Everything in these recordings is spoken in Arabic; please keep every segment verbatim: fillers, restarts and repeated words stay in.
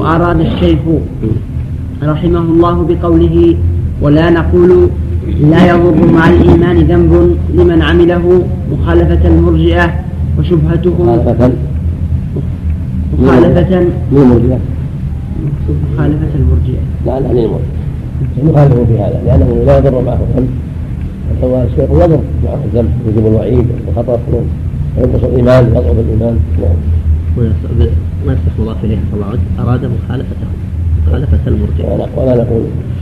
أراد الشيخ رحمه الله بقوله ولا نقول لا يضر مع الإيمان ذنب لمن عمله مخالفة المرجئة وشبهتهم مخالفة للمرجئة مخالفة المرجئة لا لا للمرجئة يخالفون في هذا لأنه لا يضر معه الذنب فهو الشيخ يضر معه الذنب يجب الوعيد والخطر وينقص الإيمان يضعف الإيمان. ما يصح مضاف إليه صلى الله عليه وسلم أراد مخالفته مخالفة المرجئة ولا نقول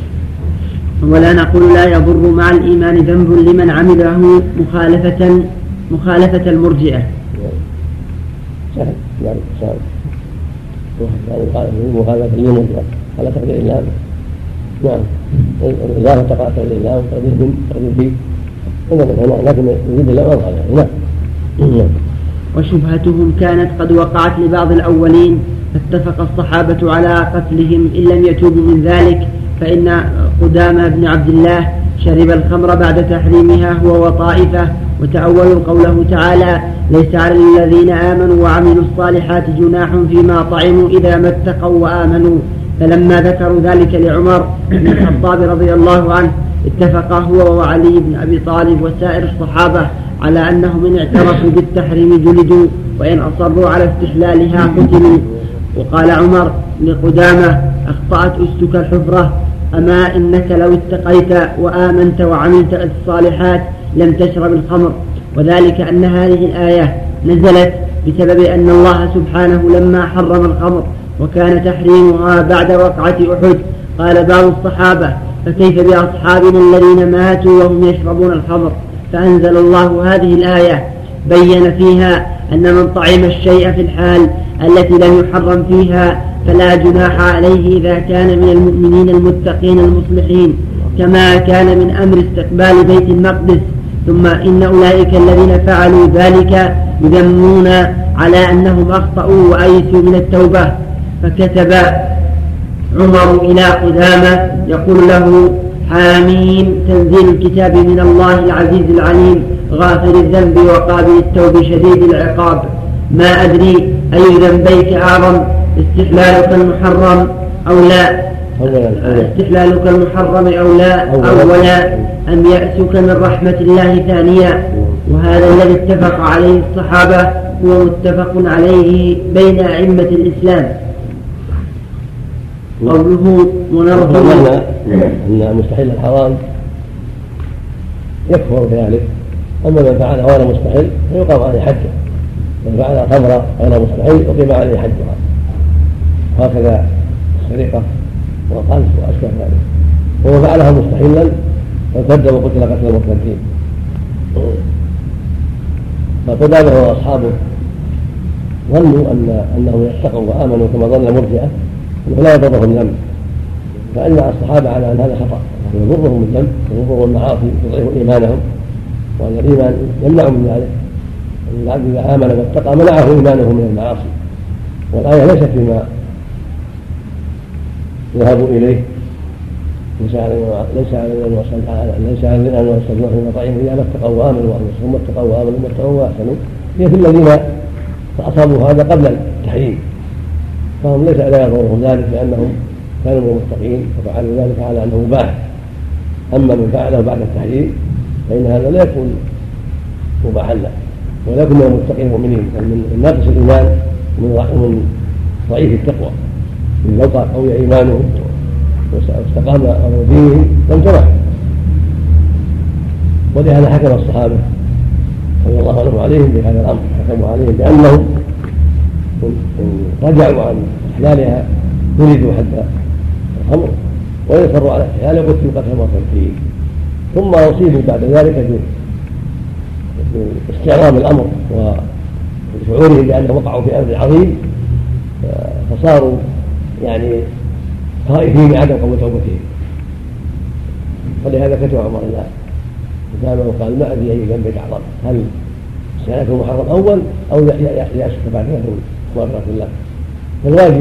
ولا نقول لا يضر مع الإيمان ذنب لمن عمله مخالفة مخالفة المرجئة. سهل يعني سهل يعني مخالفة للمرجئة على تقدير الله. نعم إذا تقع تقدير الله وتقدير تقدير فيه لكن يريد الله أظهر يعني. نعم. وشبهتهم كانت قد وقعت لبعض الأولين فاتفق الصحابة على قتلهم إن لم يتوبوا من ذلك فإن قدامى بن عبد الله شرب الخمر بعد تحريمها هو وطائفة وتأولوا قوله تعالى ليس على الذين آمنوا وعملوا الصالحات جناح فيما طعموا إذا ما اتقوا وآمنوا فلما ذكروا ذلك لعمر بن الخطاب رضي الله عنه اتفق هو وعلي بن أبي طالب وسائر الصحابة على أنهم إن اعترفوا بالتحريم جلدوا وإن أصروا على استحلالها قتلوا. وقال عمر لقدامى أخطأت أستك الحفرة أما إنك لو اتقيت وآمنت وعملت الصالحات لم تشرب الخمر وذلك أن هذه الآية نزلت بسبب أن الله سبحانه لما حرم الخمر وكان تحريمها بعد وقعة أحد قال بعض الصحابة فكيف بأصحابنا الذين ماتوا وهم يشربون الخمر فأنزل الله هذه الآية بين فيها أن من طعم الشيء في الحال التي لم يحرم فيها فلا جناح عليه إذا كان من المؤمنين المتقين المصلحين كما كان من أمر استقبال بيت المقدس ثم إن أولئك الذين فعلوا ذلك يذمون على أنهم أخطأوا وأيسوا من التوبة. فكتب عمر إلى قدامى يقول له حامين تنزيل الكتاب من الله العزيز العليم غافر الذنب وقابل التوب شديد العقاب ما أدري أي ذنبيك أعظم استحلالك المحرم أو لا استحلالك المحرم أو لا أولا أم يأسك من رحمة الله ثانيا. وهذا الذي اتفق عليه الصحابة هو متفق عليه بين أئمة الإسلام. قوله ونرجو أن مستحيل الحرام يكفر بذلك أما من فعل غير مستحيل فيقام عليه حجه من فعل خمر غير مستحيل يقيم عليه حجها وهكذا السرقة والقذف وأشبه ذلك وهو فعلها مستحيلا فارتد وقتل قتل المرتدين. فقدامه وأصحابه ظنوا أن أنهم يتقوا وآمنوا كما ظن المرجئة أنه لا يضرهم الذنب فأجمع الصحابة على أن هذا خطأ يضرهم الذنب يضرهم المعاصي تضعف إيمانهم وأن الإيمان يمنع من ذلك العبد إذا آمن واتقى منعه إيمانه من المعاصي والآية ليست فيما ذهبوا إليه ليس علينا أن نستجمع فيما طعموا إذا ما اتقوا وآمنوا ثم اتقوا وآمنوا ثم اتقوا وأحسنوا هي في الذين أصابوا هذا قبل التحريم فهم ليس لا يضرهم ذلك لأنهم كانوا من المتقين وفعلوا ذلك على أنه مباح. أما من فعله بعد التحريم فإن هذا لا يكون مباحا له ولكن من المتقين المؤمنين من ناقص الإيمان ومن ضعيف التقوى من لو قوي إيمانهم واستقام أمر دينهم لم ترح. ولهذا حكم الصحابة رضي الله عنهم عليهم بهذا الأمر حكموا عليهم بأنهم إن رجعوا عن إحلالها يريدوا حد الخمر ويصروا على إحلالها قتلوا قتل المرتدين ثم أصيبوا بعد ذلك باستعظام الأمر وشعورهم بأنهم وقعوا في أمر عظيم فصاروا يعني خائفين من عدم قبول توبتهم. ولهذا كتب عمر الله قدامه وقال ما أدري أي ذنبك أعظم هل استهلاك المحرم أول أو يأسك بعد ذلك مغفرة الله. فالواجب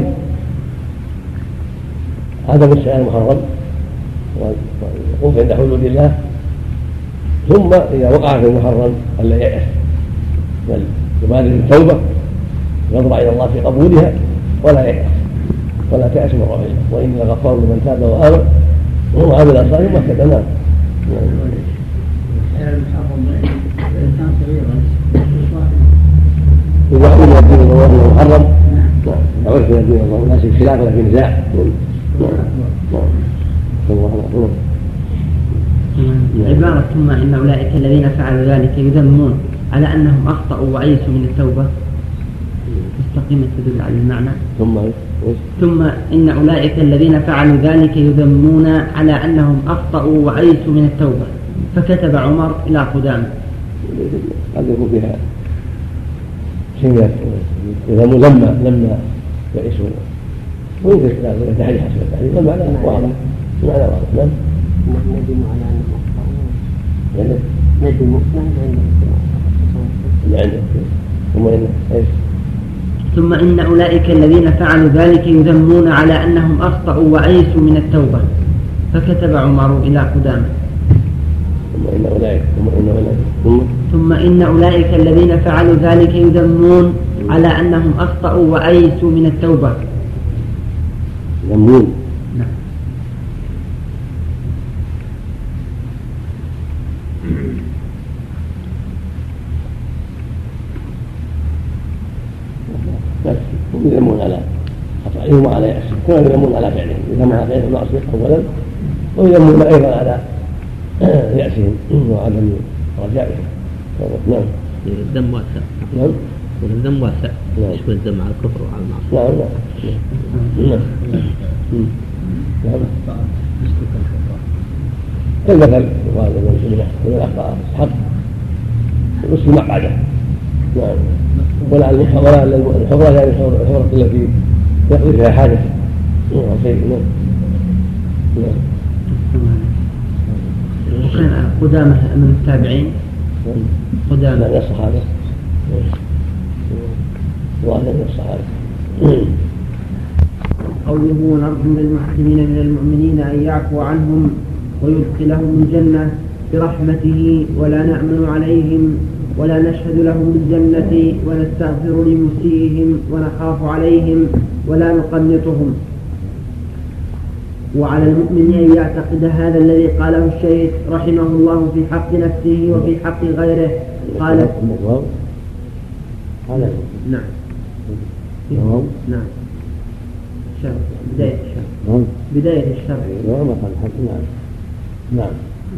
عدم استهلاك المحرم والوقوف عند حدود الله ثم إذا وقع في المحرم ألا يأس بل يبادر بالتوبة يضرع إلى الله في قبولها ولا يأس ولا تأس من روح الله، وإني لغفار لمن تاب وآمن وعمل صالحا واهتدى. نعم. إذا عرف الدين الله محرم عرف الدين الله الناس خلاف ولا في نزاع. عبارة ثم إن أولئك الذين فعلوا ذلك يذمون على أنهم أخطأوا وعيسوا من التوبة مستقيمة تدل على المعنى. ثم ثم إن أولئك الذين فعلوا ذلك يذمون على أنهم أخطأوا وعيسوا من التوبة، فكتب عمر إلى قدامى. قد يكون فيها شيء إذا لما لما يعيشون ويمكن يتحدث حسب التحديث والمعنى واضح. المعنى واضح. نعم. ندم على أنهم أخطأوا. ندم اللي عندك. ثم إن إيش؟ ثم إن أولئك الذين فعلوا ذلك يذمون على أنهم أخطأوا وعيسوا من التوبة، فكتب عمر إلى قدامى. ثم إن أولئك ثم إن أولئك ثم ثم إن أولئك الذين فعلوا ذلك يذمون على أنهم أخطأوا وعيسوا من التوبة. يذمون. نعم. بس هم يذمون على خطأهم وعلى يأسهم كما يذمون على فعلهم، يذمون على فعل المعصية أولا ويذمون أيضا على يأسهم وعدم رجائهم. نعم. الذم واسع. نعم. الذم واسع. يشمل الذم على الكفر وعلى المعصية. نعم. نعم. نعم. كالمثل يقال من الأخطاء حق نصف مقعدة. نعم. ولا ولا الحفرة يعني الحفرة التي يقضي فيها حاجة أو شيء. نعم. وكان قدامى من التابعين. قدامى من الصحابة. واحد من الصحابة. قوله ونرجو للمحسنين من المؤمنين أن يعفو عنهم ويدخلهم الجنة برحمته ولا نأمن عليهم ولا نشهد لهم بالجنة ونستغفر لمسيئهم ونخاف عليهم ولا نقنطهم. وعلى المؤمن أن يعتقد هذا الذي قاله الشيخ رحمه الله في حق نفسه وفي حق غيره. قال نعم. نعم. شرح بداية الشرح. بداية الشرح. نعم.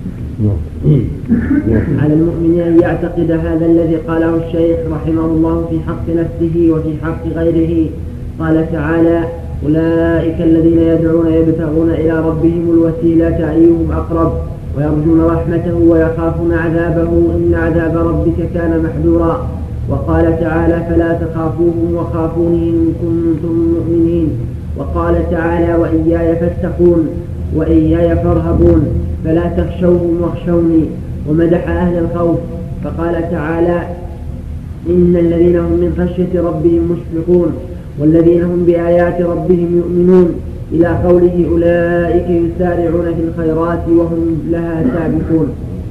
على المؤمن أن يعتقد هذا الذي قاله الشيخ رحمه الله في حق نفسه وفي حق غيره. قال تعالى أولئك الذين يدعون يبتغون إلى ربهم الوسيلة أيهم أقرب ويرجون رحمته ويخافون عذابه إن عذاب ربك كان محذورا. وقال تعالى فلا تخافوهم وخافوني إن كنتم مؤمنين. وقال تعالى وإياي فاتقون وإياي فارهبون فلا تخشوهم واخشوني. ومدح أهل الخوف فقال تعالى إن الذين هم من خشية ربهم مشفقون والذين هم بآيات ربهم يؤمنون إلى قوله أولئك يسارعون في الخيرات وهم لها سابقون.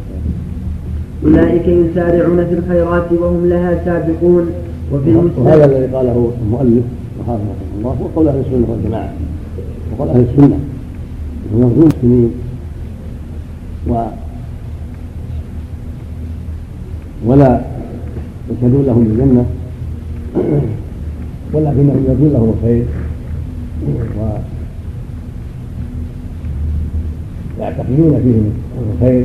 أولئك يسارعون في الخيرات وهم لها سابقون. وفي وهذا الذي قاله المؤلف رحمه الله هو قول أهل السنة والجماعة وقول أهل السنة هم يرجون المسلمين و ولا يشهدون لهم بالجنة ولكنهم يرجون لهم الخير ويعتقدون فيهم الخير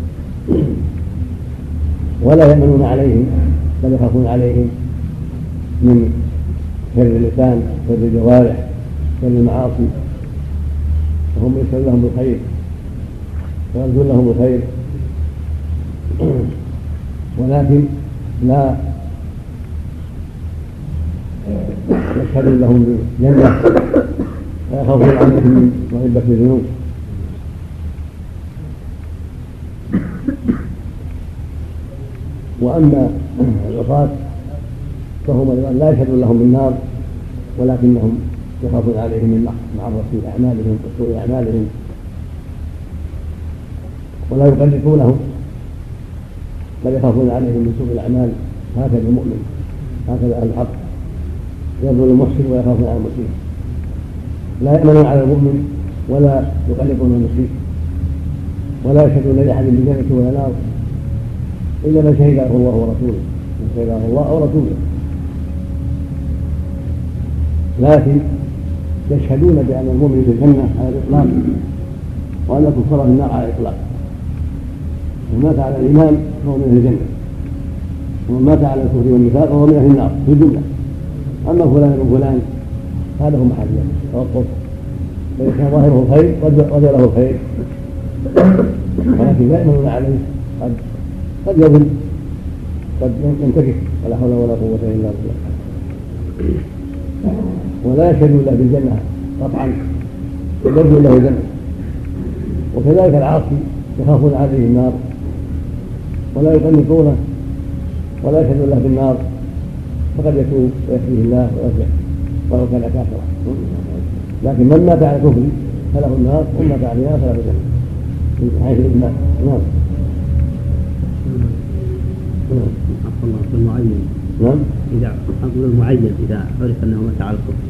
ولا يأمنون عليهم بل يخافون عليهم من شر اللسان شر الجوارح شر المعاصي وهم يشهدون لهم بالخير ويرجون لهم الخير ولكن لا يشهدون لهم بالجنة ويخافون عليهم من مغبة الذنوب. وأما العصاة فهم لا يشهدون لهم بالنار ولكنهم يخافون عليهم من معرة أعمالهم وسوء أعمالهم ولا يقدسونهم بل يخافون عليهم من سوء الأعمال. هكذا المؤمن هكذا الحق يرجو المحسن ويخافون على المسيء. لا يأمنون على المؤمن ولا يقلقون المسلم ولا يشهدون لأحد بجنة ولا نار إلا من شهد له الله ورسوله من شهد له الله ورسوله، لكن يشهدون بأن المؤمن في الجنة على الإطلاق وأن الكفار في النار على الإطلاق. من مات على الإيمان فهو من أهل الجنة، ومن مات على الكفر والنفاق فهو من أهل النار في الجملة. أما فلان وفلان هذا هو محل توقف، فإذا كان ظاهره الخير رضي له الخير، ولكن لا يأمنون عليه، قد قد يظن قد ينتكس ولا حول ولا قوة إلا بالله، ولا يشهدون له بالجنة قطعا يرجون له الجنة. وكذلك العاصي يخافون عليه النار ولا يقنطونه ولا يشهدون له بالنار، فقد يتوب ويهديه الله ويرجع ولو كان كافرا. لكن من مات على كفر فله النار ومن مات على النار فله الجنة من حيث الإجماع. نعم. عفوا الله في المعين. نعم. إذا أقول المعين إذا عرف أنه مات على الكفر.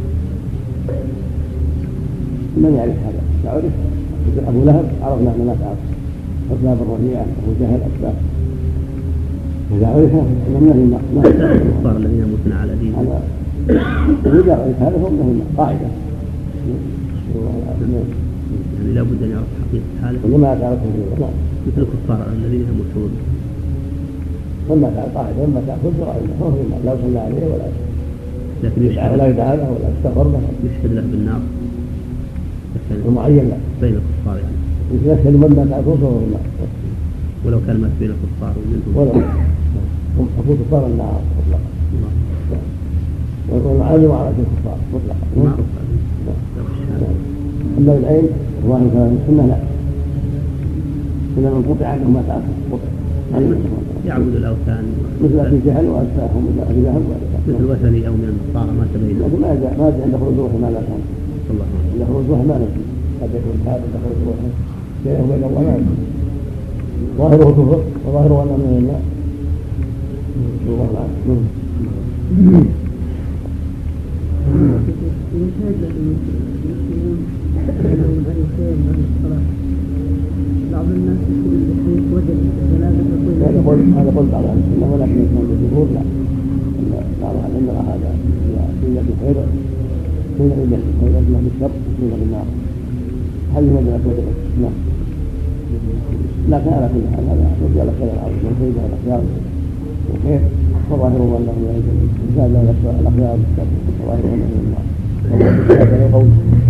من يعرف هذا؟ إذا عرف مثل أبو لهب عرفنا أنه مات على أسباب الربيعة أبو جهل أسباب. إذا عرف أنه من النار. نعم. الكفار الذين يموتون على دين. هذا إذا عرف هذا فهو من النار قاعدة. يعني لا بد أن يعرف حقيقة حاله. وما تعرف نعم. مثل الكفار الذين يموتون. وما تعرف قاعدة وما تعرف كل قاعدة فهو في النار لا صلى عليه ولا لكن يشهد ولا يدعى له ولا يستغفر له. يشهد له بالنار. المعين لا. بين الكفار يعني. يشهد من ما تعرف فهو في النار. ولو كان مات بين الكفار ومنهم. ولو هم أفوت كفار النار مطلقا. والعالم على الكفار مطلقا. أما العين الله كان السنة لا، إذا من قطع عنه ما تعرف قطع يعبد الأوثان مثل أبي جهل وأتباعهم مثل أبي جهل مثل وثني أو من النصارى ما تبين. لكن ما جاء ما جاء عند خروج روحه ما لا كان عند خروج روحه ما نسي قد يكون هذا عند خروج روحه شيء بين الله ما نسي ظاهره كفر وظاهره أنه من الله. الله أعلم. بعض الناس يقول الحديث وجد ثلاثة هذا قول هذا قول بعض أهل السنة ولكن يكون بالجمهور لا، بعض أهل العلم هذا قيل بالخير قيل بالجنة قيل بالشر قيل بالنار هذه وجدت وجدت نعم. لكن على كل حال هذا يرجع على خير العظيم والخير على الأخيار والخير فظاهره أنه لا يجوز زاد على الأخيار بالشر فظاهره أنه من النار. هذا القول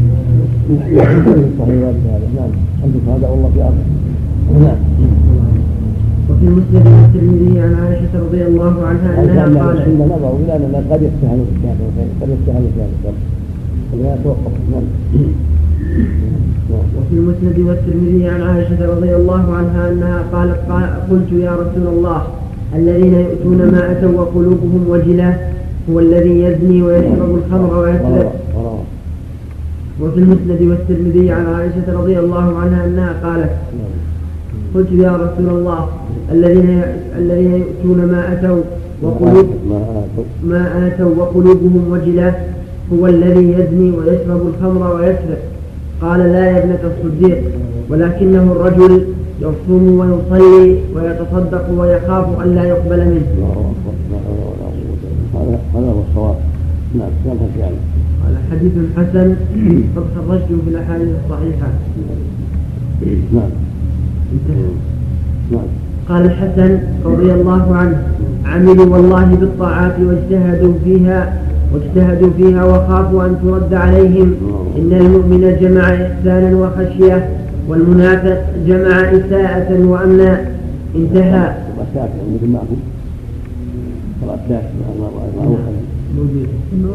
صحيح هذا. نعم. أنت هذا والله في أرض. نعم. وفي مسند الترمذي عن عائشة رضي الله عنها أنها قالت عند نظر إلى أن قد يستهل في هذا الخير قد يستهل في هذا الشر فلذا توقف. نعم. وفي المسند والترمذي عن عائشة رضي الله عنها أنها قالت قلت يا رسول الله الذين يؤتون ما أتوا وقلوبهم وجلة هو الذي يزني ويشرب الخمر ويسرق. وفي المسند والترمذي عن عائشة رضي الله عنها أنها قالت قلت يا رسول الله الذين الذين يؤتون ما أتوا وقلوب ما آتوا وقلوبهم وجلة هو الذي يزني ويشرب الخمر ويسرق. قال لا يا ابنة الصديق ولكنه الرجل يصوم ويصلي ويتصدق ويخاف أن لا يقبل منه. هذا هو الصواب. نعم. يعني قال حديث حسن قد خرجته في الأحاديث الصحيحة. نعم. نعم. قال الحسن رضي الله عنه عملوا والله بالطاعات واجتهدوا فيها واجتهدوا فيها وخافوا أن ترد عليهم. إن المؤمن جمع إحسانا وخشية والمنافق جمع إساءة وأمنا. انتهى. موجود.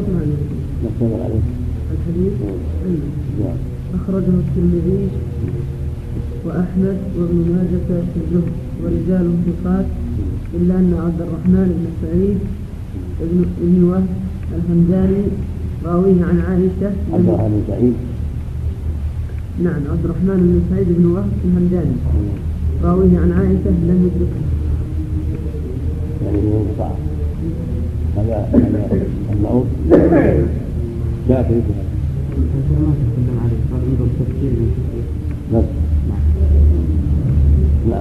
الحديث أخرجه الترمذي وأحمد وابن ماجه في الزهد ورجاله ثقات إلا أن عبد الرحمن بن سعيد ابن ابن وهب الحمداني راويه عن عائشة. عبد الرحمن بن سعيد. نعم عبد الرحمن بن سعيد بن وهب الحمداني راويه عن عائشة لم يدركه. يعني هو صعب. هذا هذا الموت جاء في ما تكلم عليه صار عنده تفسير من تفسير. نعم. نعم.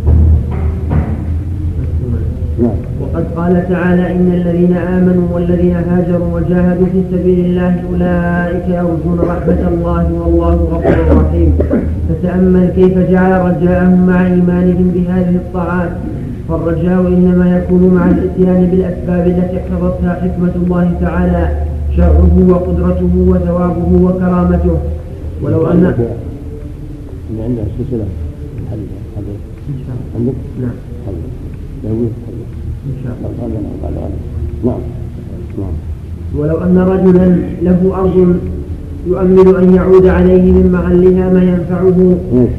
نعم. وقد قال تعالى إن الذين آمنوا والذين هاجروا وجاهدوا في سبيل الله أولئك يرجون رحمة الله والله غفور رحيم. فتأمل كيف جعل رجاءهم مع إيمانهم بهذه الطاعات، فالرجاء إنما يكون مع الإتيان بالأسباب التي اقتضتها حكمة الله تعالى شرعه وقدرته وثوابه وكرامته. ولو أن اللي عنده سلسلة الحديث هذا عندك؟ نعم. يقول إن شاء الله. نعم. نعم. ولو أن رجلا له أرض يؤمل أن يعود عليه من محلها ما ينفعه،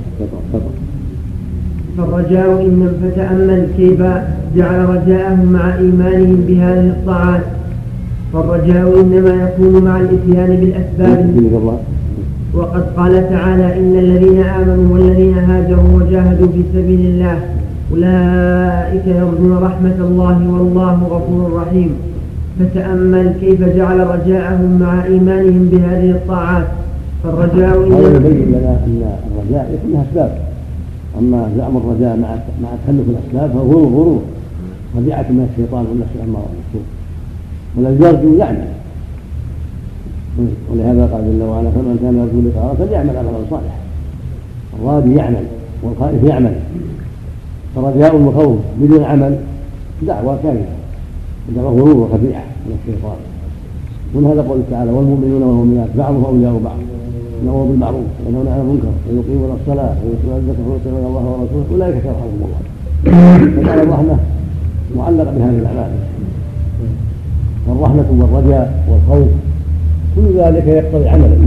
فالرجاء إن فتأمل كيف جعل رجاءهم مع إيمانهم بهذه الطاعات، فالرجاء إنما يكون مع الإتيان بالأسباب. وقد قال تعالى إن الذين آمنوا والذين هاجروا وجاهدوا في سبيل الله أولئك يرجون رحمة الله والله غفور رحيم. فتأمل كيف جعل رجاءهم مع إيمانهم بهذه الطاعات، فالرجاء هذا يبين لنا أن الرجاء يكون لها أسباب، أما زعم الرجاء مع مع تخلف الأسباب فهو غرور طبيعة من الشيطان والنفس الأمارة بالسوء، والذي يرجو يعمل، ولهذا قال جل وعلا فمن كان يرجو لقاء فليعمل عملا صالحا. الراجي يعمل والخائف يعمل، فرجاء وخوف بدون عمل دعوة كاذبة، دعوة غرور وخديعة من الشيطان. ولهذا قول تعالى والمؤمنون والمؤمنات بعضهم أولياء بعض يأمرون بالمعروف وينهون عن المنكر ويقيمون الصلاة ويؤتون الزكاة ويطيعون الله ورسوله أولئك سيرحمهم الله. فجعل الرحمة معلقة بهذه الأعمال، والرحمة والرجاء والخوف كل ذلك يقتضي عملا،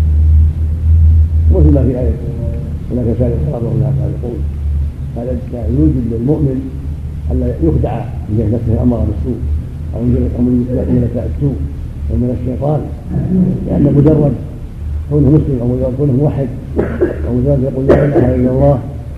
مثل ما في آية هناك سائر الصلاة وهناك يقول هذا يوجب للمؤمن ألا يخدع من نفسه الأمر بالسوء أو من ملكاء السوء ومن الشيطان، لأن مجرد كونه مسلم أو كونه موحد أو مجرد يقول لا إله إلا الله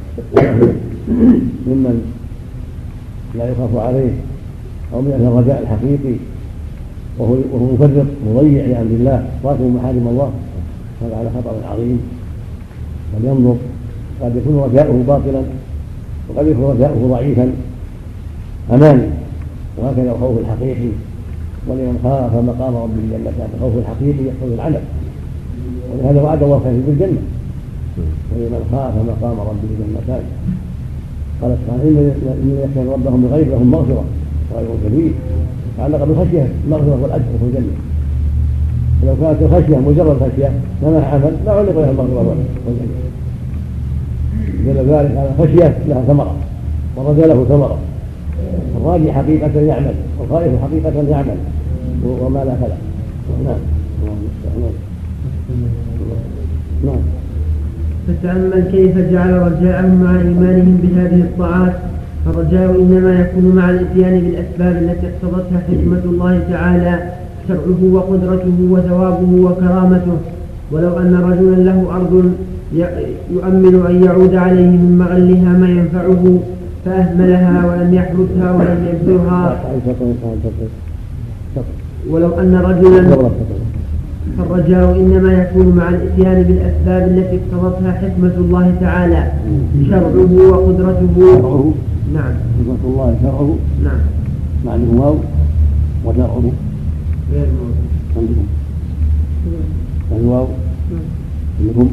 ممن لا يخاف عليه أو من أهل الرجاء الحقيقي وهو وهو مفرط مضيع لأمر الله راكب محارم الله، هذا على خطر عظيم. فلينظر، قد يكون رجاؤه باطلا وقد يكون رجاؤه ضعيفا أماني، وهكذا الخوف الحقيقي. ولمن خاف مقام ربه جنتان، الخوف الحقيقي يقتضي العمل، ولهذا وعد الله خير بالجنة. ولمن خاف مقام ربه جنتان قال سبحانه إن يخشون ربهم بغير لهم مغفرة وأجر كبير، تعلق بالخشية المغفرة والأجر في الجنة. ولو كانت الخشية مجرد خشية ما عمل ما علق لها المغفرة والجنة. دل ذلك على خشية لها ثمرة والرجاء له ثمرة. الراجي حقيقة يعمل والخائف حقيقة يعمل وما لا فلا. نعم. نعم. فتأمل كيف جعل رجاءهم مع إيمانهم بهذه الطاعات، فالرجاء إنما يكون مع الإتيان بالأسباب التي اقتضتها حكمة الله تعالى شرعه وقدرته وثوابه وكرامته. ولو أن رجلا له أرض يؤمل أن يعود عليه من مغلها ما ينفعه فأهملها ولم يحرثها ولم يبذرها، ولو أن رجلا فالرجاء إنما يكون مع الإتيان بالأسباب التي اقتضتها حكمة الله تعالى شرعه وقدرته. نعم. حكمة الله شرعه. نعم. معنى واو وشرعه غير موجود عندكم. الواو عندكم.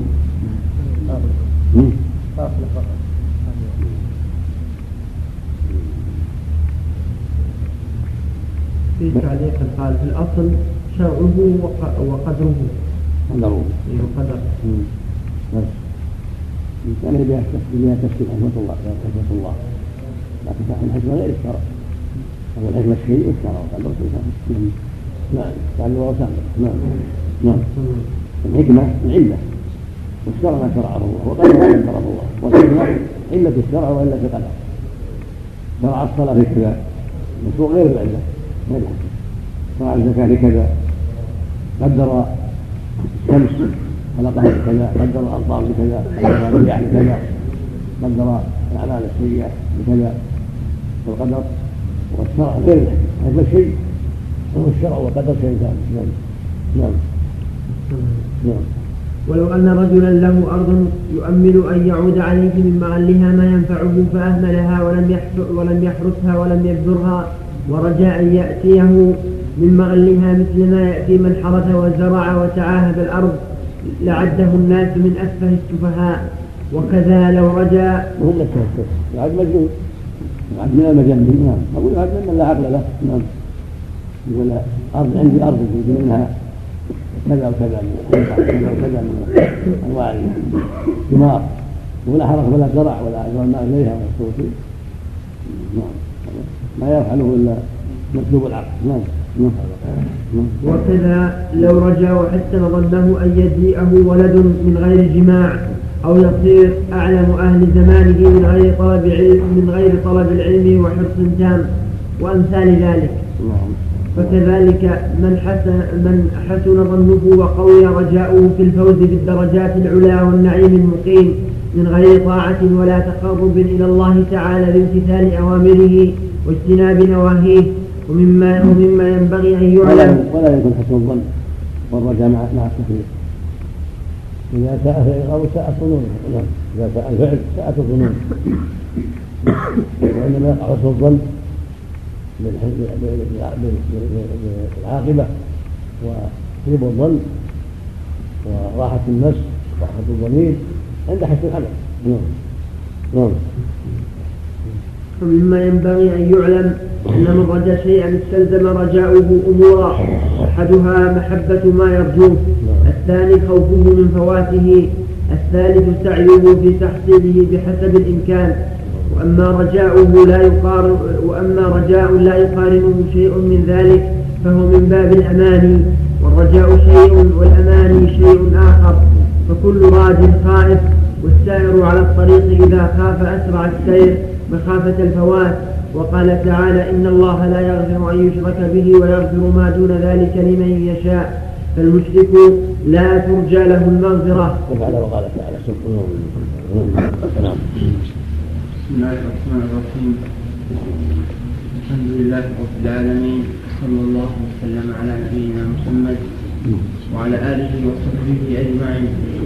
في تعليق قال في الأصل شرعه وقدره. قدره. وقدر. بس. كان بها بها تفسير حكمة الله، حكمة الله. لكن صاحب الحكمة غير الشرع. هو الحكمة الشيء الشرع وقدر الشيء. نعم. قال الله سابق. نعم. نعم. الحكمة العلة والشرع ما شرعه الله وقدر ما شرعه الله، والحكمة علة الشرع وإلا في قدر. شرع الصلاة في كذا مشروع غير العلة غير الحكمة. شرع الزكاة لكذا، قدر الشمس خلقها بكذا، قدر الأمطار بكذا، قدر الرياح بكذا، قدر الأعمال السيئة بكذا. والقدر والشرع غير الحكمة. هذا الشيء هو الشرع وقدر شيء ثاني. نعم. نعم. نعم. ولو أن رجلا له أرض يؤمل أن يعود عليه من مغلها ما ينفعه فأهملها ولم ولم يحرسها ولم يبذرها ورجاء أن يأتيه من مغلها مثل ما يأتي من حرث وزرع وتعاهد الأرض لعده الناس من أسفه السفهاء. وكذا لو رجا وهم التهكم العبد مجنون، العبد من المجنون. نعم. أقول العبد من لا عقل له. نعم. يقول أرض عندي أرض يجي منها كذا وكذا من كذا وكذا من أنواع الثمار ولا حرث ولا زرع ولا أجر الماء إليها ولا فيه. نعم. ما يفعله إلا مطلوب العقل. نعم. وكذا لو رجا وحسن ظنه أن يجيئه ولد من غير جماع أو يصير أعلم أهل زمانه من غير طلب علم من غير طلب العلم وحرص تام وأمثال ذلك. فكذلك من حسن من حسن ظنه وقوي رجاؤه في الفوز بالدرجات العلى والنعيم المقيم من غير طاعة ولا تقرب إلى الله تعالى بامتثال أوامره واجتناب نواهيه. ومما ومما ينبغي أن يعلم ولا يكون حسن الظن والرجاء مع مع التكليف. إذا ساء فعل أو ساء الظنون. إذا ساء الفعل ساءت الظنون. وإنما يقع حسن الظن بالعاقبة وطيب الظن وراحة النفس وراحة الضمير عند حسن العمل. نعم. ومما ينبغي أن يعلم أن من رجا شيئا استلزم رجاؤه أمورا، أحدها محبة ما يرجوه، الثاني خوفه من فواته، الثالث سعيه في تحصيله بحسب الإمكان. وأما رجاؤه لا يقارن وأما رجاء لا يقارنه شيء من ذلك فهو من باب الأماني، والرجاء شيء والأماني شيء آخر. فكل راج خائف، والسائر على الطريق إذا خاف أسرع السير مخافة الفوات. وقال تعالى: إن الله لا يغفر أن يشرك به ويغفر ما دون ذلك لمن يشاء. فالمشرك لا ترجى له المغفرة. وقال وقال تعالى: بسم الله الرحمن الرحيم. الحمد لله رب العالمين، صلى الله وسلم على نبينا محمد وعلى آله وصحبه أجمعين.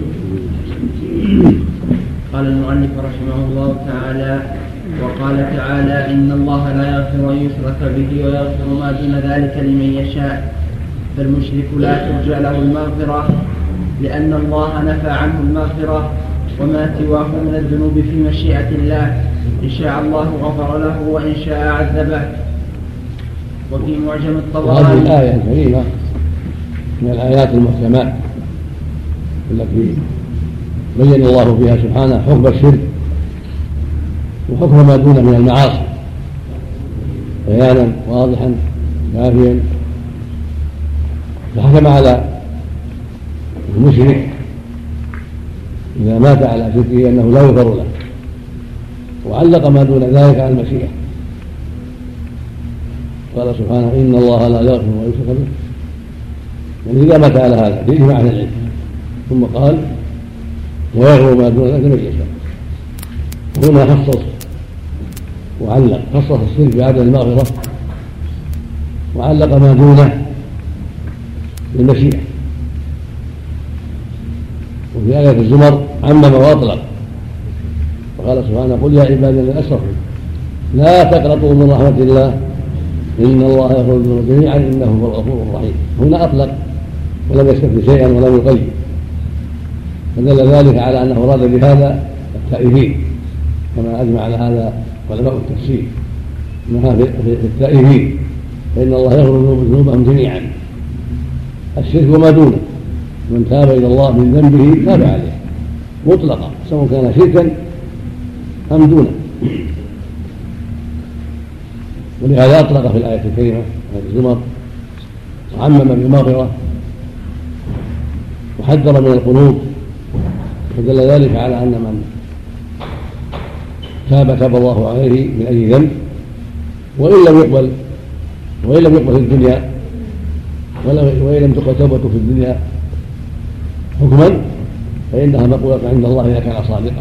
قال المؤلف رحمه الله تعالى: وقال تعالى: إن الله لا يغفر أن يشرك به ويغفر ما دون ذلك لمن يشاء. فالمشرك لا ترجى له المغفرة لأن الله نفى عنه المغفرة، وما سواه من الذنوب في مشيئة الله، إن شاء الله غفر له وإن شاء عذبه. وفي معجم الطبراني. هذه الآية الكريمة من الآيات المحكمات التي بين الله فيها سبحانه حكم الشرك وحكم ما دونه من المعاصي بيانا واضحا كافيا. فحكم على المشرك إذا مات على شركه أنه لا يغفر له، وعلق ما دون ذلك على المشيئة. قال سبحانه: إن الله لا يغفر ولا يشرك به، يعني إذا مات على هذا بإجماع أهل العلم. ثم قال: ويغفر ما دون ذلك لمن يشاء. هنا خصص وعلق، خصص الشرك بعدم المغفرة وعلق ما دونه بالمشيئة. وفي آية الزمر عمم وأطلق، وقال سبحانه: قل يا عبادي الذين أسرفوا لا تقنطوا من رحمة الله إن الله يغفر الذنوب جميعا إنه هو الغفور الرحيم. هنا أطلق ولم يستثن شيئا ولم يقيد، فدل ذلك على أنه أراد بهذا التائبين، كما أجمع على هذا علماء التفسير أنها في التائبين، فإن الله يغفر ذنوبهم جميعا، الشرك وما دونه، من تاب إلى الله من ذنبه تاب عليه مطلقا سواء كان شركا أم دونه. ولهذا أطلق في الآية الكريمة آية الزمر وعمم بالمغفرة وحذر من القنوط، فدل ذلك على أن من تاب تاب الله عليه من أي ذنب، وإن لم يقبل وإن لم يقبل في الدنيا وإن لم تقبل توبته في الدنيا حكما فإنها مقبولة عند الله إذا كان صادقا.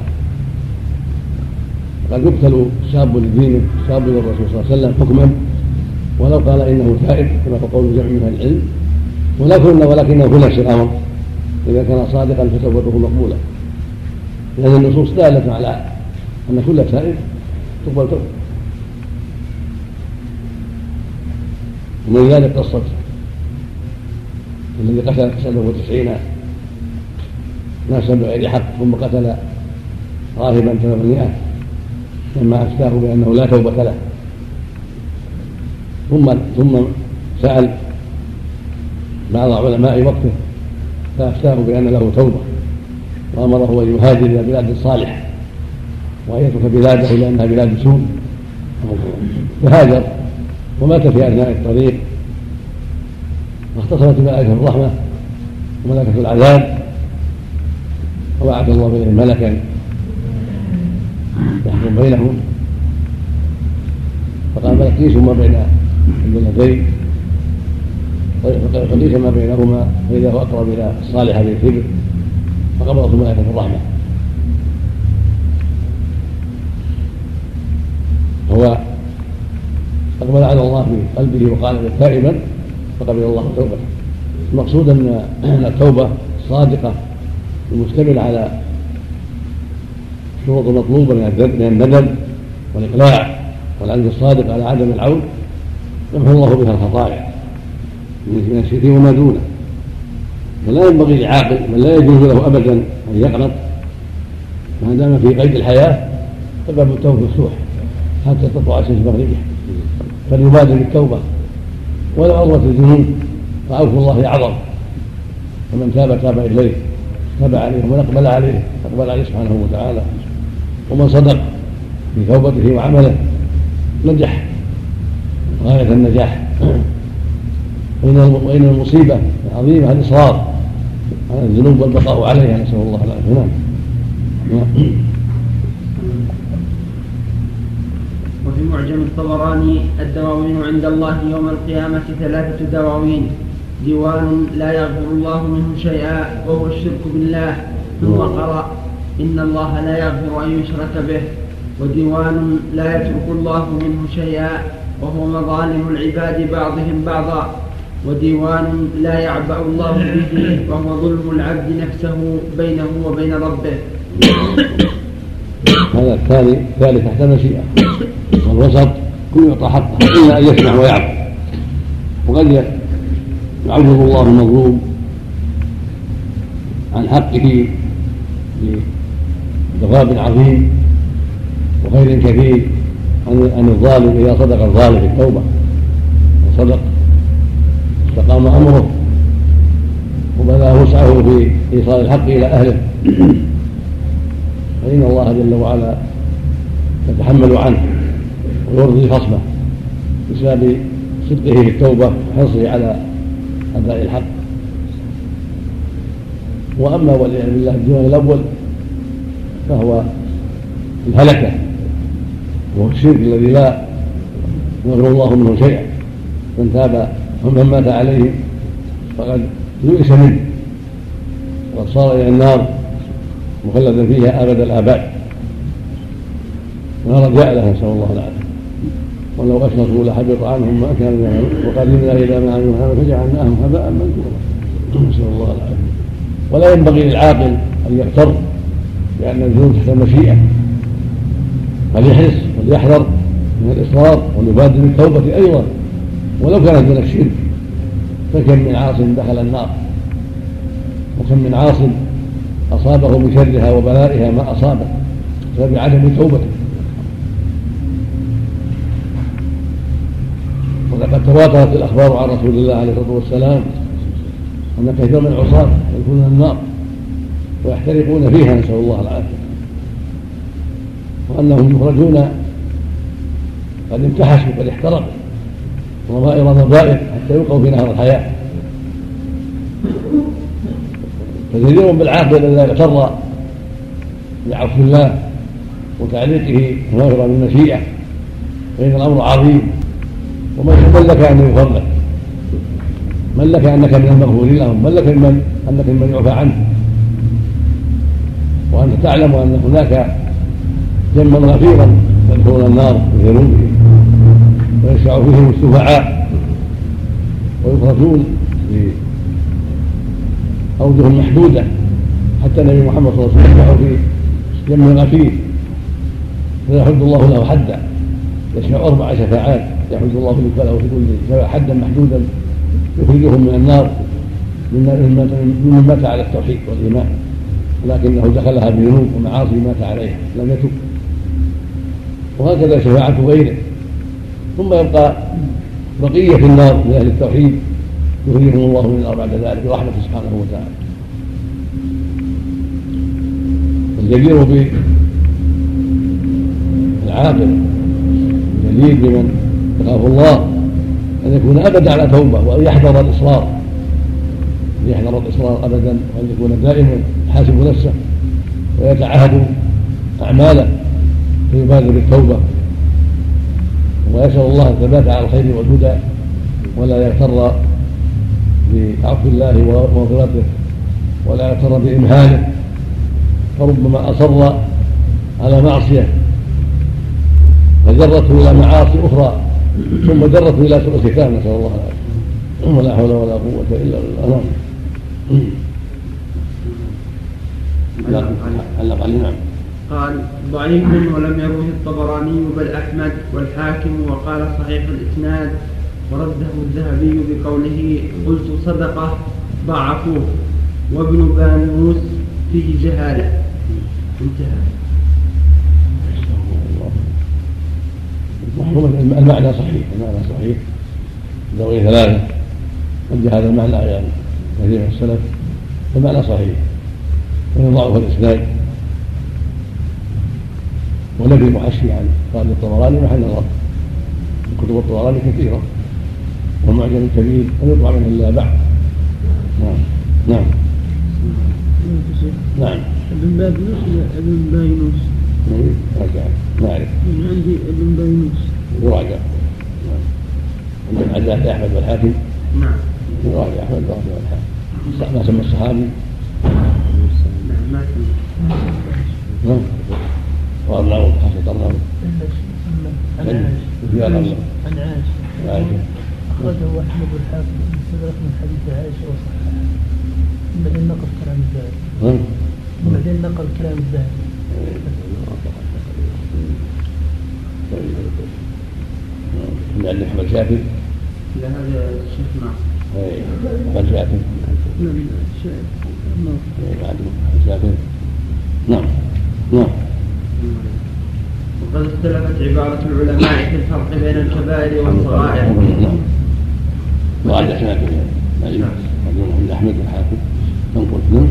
قد يقتل الشاب لدينه الشاب للرسول صلى الله عليه وسلم حكما ولو قال إنه تائب كما قول جمع من العلم، ولكن ولكنه في نفس الأمر إذا كان صادقا فتوبته مقبولة، لأن النصوص دالة على أن كل تائب تقبل توبة. ومن ذلك قصة الذي قتل تسعة وتسعين ناسا بغير حق ثم قتل راهبا ثمانمائة لما أفتاه بأنه لا توبة له، ثم ثم سأل بعض علماء وقته فأفتاه بأن له توبة وأمره أن يهاجر إلى بلاد صالحة وأن يترك بلاده لأنها بلاد سوء، فهاجر ومات في أثناء الطريق، واختصرت ملائكة الرحمة وملائكة العذاب، وبعث الله إليهم ملكا يحكم بينهم، فقال ملك قيسوا ما بين البلدين فقيس ما بينهما فإذا هو أقرب إلى الصالحة بالكبر فقبضته ملائكة الرحمة. هو أقبل على الله في قلبه وقال تائبا فقبل الله توبته. المقصود أن التوبة الصادقة المشتملة على شروط مطلوبة من الندم والإقلاع والعزم الصادق على عدم العود يمحو الله بها الخطايا من الشرك وما دونه. ولا ينبغي لعاقل من لا يجوز له أبدا أن يقنط ما دام في قيد الحياة فباب التوبة مفتوح حتى تطلع الشمس المغربية، فليبادر بالتوبة ولو عظمت الذنوب فعفو الله أعظم، فمن تاب تاب إليه تاب عليه ومن أقبل عليه أقبل عليه سبحانه وتعالى، ومن صدق في توبته وعمله نجح غاية النجاح. وإن المصيبة العظيمة الإصرار على الذنوب والبقاء عليها، نسأل الله العافية. وفي معجم الطبراني الدواوين عند الله يوم القيامة ثلاثة دواوين: ديوان لا يغفر الله منه شيئا وهو الشرك بالله، ثم قرأ إن الله لا يغفر أن يشرك به، وديوان لا يترك الله منه شيئا وهو مظالم العباد بعضهم بعضا، وديوان لا يعبأ الله به وهو ظلم العبد نفسه بينه وبين ربه. هذا الثاني الثالث تحت المشيئة، والوسط كل يعطى حقه إلا أن يسمع ويعبد. وقد يعوض الله المظلوم عن حقه بثواب عظيم وخير كثير عن الظالم إذا صدق الظالم في التوبة وصدق استقام أمره وبذل وسعه في إيصال الحق إلى أهله، فإن الله جل وعلا يتحمل عنه ويرضي خصمه بسبب صدقه في التوبة وحرصه على أداء الحق. وأما والعياذ بالله الديوان الأول فهو الهلكة وهو الشرك الذي لا يغفر الله منه شيئا، من تاب ومن مات عليه فقد يئس منه وقد صار إلى النار مخلدا فيها أبد الآباد ولا رجاء له، نسأل الله العافية. ولو أشركوا لحبط عنهم ما كانوا يعملون وقدمنا إلى ما عملوا فجعلناهم هباء منثورا، نسأل الله العافية. ولا ينبغي للعاقل أن يغتر بأن الذنوب تحت المشيئة، بل يحرص وليحذر من الإصرار واليبادر بالتوبة أيضا ولو كانت من الشرك، فكم من عاص دخل النار وكم من عاص أصابه بشرها وبلائها ما أصابه بسبب عدم توبته. ولقد تواترت الأخبار عن رسول الله عليه الصلاة والسلام أن كثير من العصاة يدخلون النار ويحترقون فيها، نسأل الله العافية، وأنهم يخرجون قد امتحشوا قد احترقوا ضمائر ضبائر حتى يلقوا في نهر الحياة. فجدير بالعاقل الذي يغتر بعفو الله وتعليقه ظاهرا من المشيئة، فإن الأمر عظيم. ومن لك أن يغفر لك، من لك أنك من المغفورين لهم، من لك من أنك من يعفى عنه، وأنت تعلم أن هناك جما غفيرا يدخلون النار بذنوبهم ويشفع فيهم الشفعاء ويخرجون أوجه محدودة، حتى النبي محمد صلى الله عليه وسلم يقع في جمع الغفير فيحد الله له حدا، يشفع أربع شفاعات يحد الله له في كل حدا محدودا يخرجهم من النار ممن مات على التوحيد والإيمان، ولكنه دخلها بذنوب ومعاصي مات عليها لم يتب. وهكذا شفاعة غيره. ثم يبقى بقية في النار من أهل التوحيد يخرجهم الله من النار بعد ذلك برحمته سبحانه وتعالى. الجدير بالعاقل الجدير بمن يخاف الله أن يكون أبدا على توبة، وأن يحذر الإصرار أن يحذر الإصرار أبدا، وأن يكون دائما يحاسب نفسه ويتعهد أعماله فيبادر بالتوبة، ويسأل الله الثبات على الخير والهدى، ولا يغتر بعفو الله ومغفرته، ولا يغتر بإمهاله، فربما أصر على معصية فجرته إلى معاصي أخرى ثم جرته إلى سوء الختام، نسأل الله العافية، ولا حول ولا قوة إلا بالله. نعم. علق عليه. نعم. قال ضعيف ولم يروه الطبراني بل أحمد والحاكم، وقال صحيح الإسناد، ورده الذهبي بقوله قلت صدقة ضعفوه، وابن بانوس فيه جهالة. انتهى. المعنى صحيح، المعنى صحيح ذوي ثلاثة وجه هذا المعنى يعني كثير من السلف، المعنى صحيح ويضعف الإسناد. ونفي المحشي عن قال الطبراني محل نظر، كتب الطبراني كثيرة والمعجم الكبير لا يطلع منه إلا بعض. نعم. نعم. نعم. ابن بابنوس ولا ابن باينوس؟ راجع ما أعرف. من عندي ابن باينوس. يراجع. نعم. عند عند أحمد والحاكم. نعم. يراجع أحمد والحاكم. ما سمى الصحابي. نعم ما سمى. نعم. وأرناؤوط حافظ أرناؤوط. عن عائشة. عن عائشة. أخرجه أحمد والحاكم في مستدرك من حديث عائشة وصححه. بعدين نقل كلام الذهبي. بعدين نقل كلام الذهبي. من عند أحمد شاكر. لا هذا الشيخ ناصر. أحمد شاكر. نعم شاكر. نعم. نعم. وقد اختلفت عبارة العلماء في الفرق بين الكبائر والصغائر. نعم. وعند شاكر يعني عند أحمد والحاكم تنقل. نعم.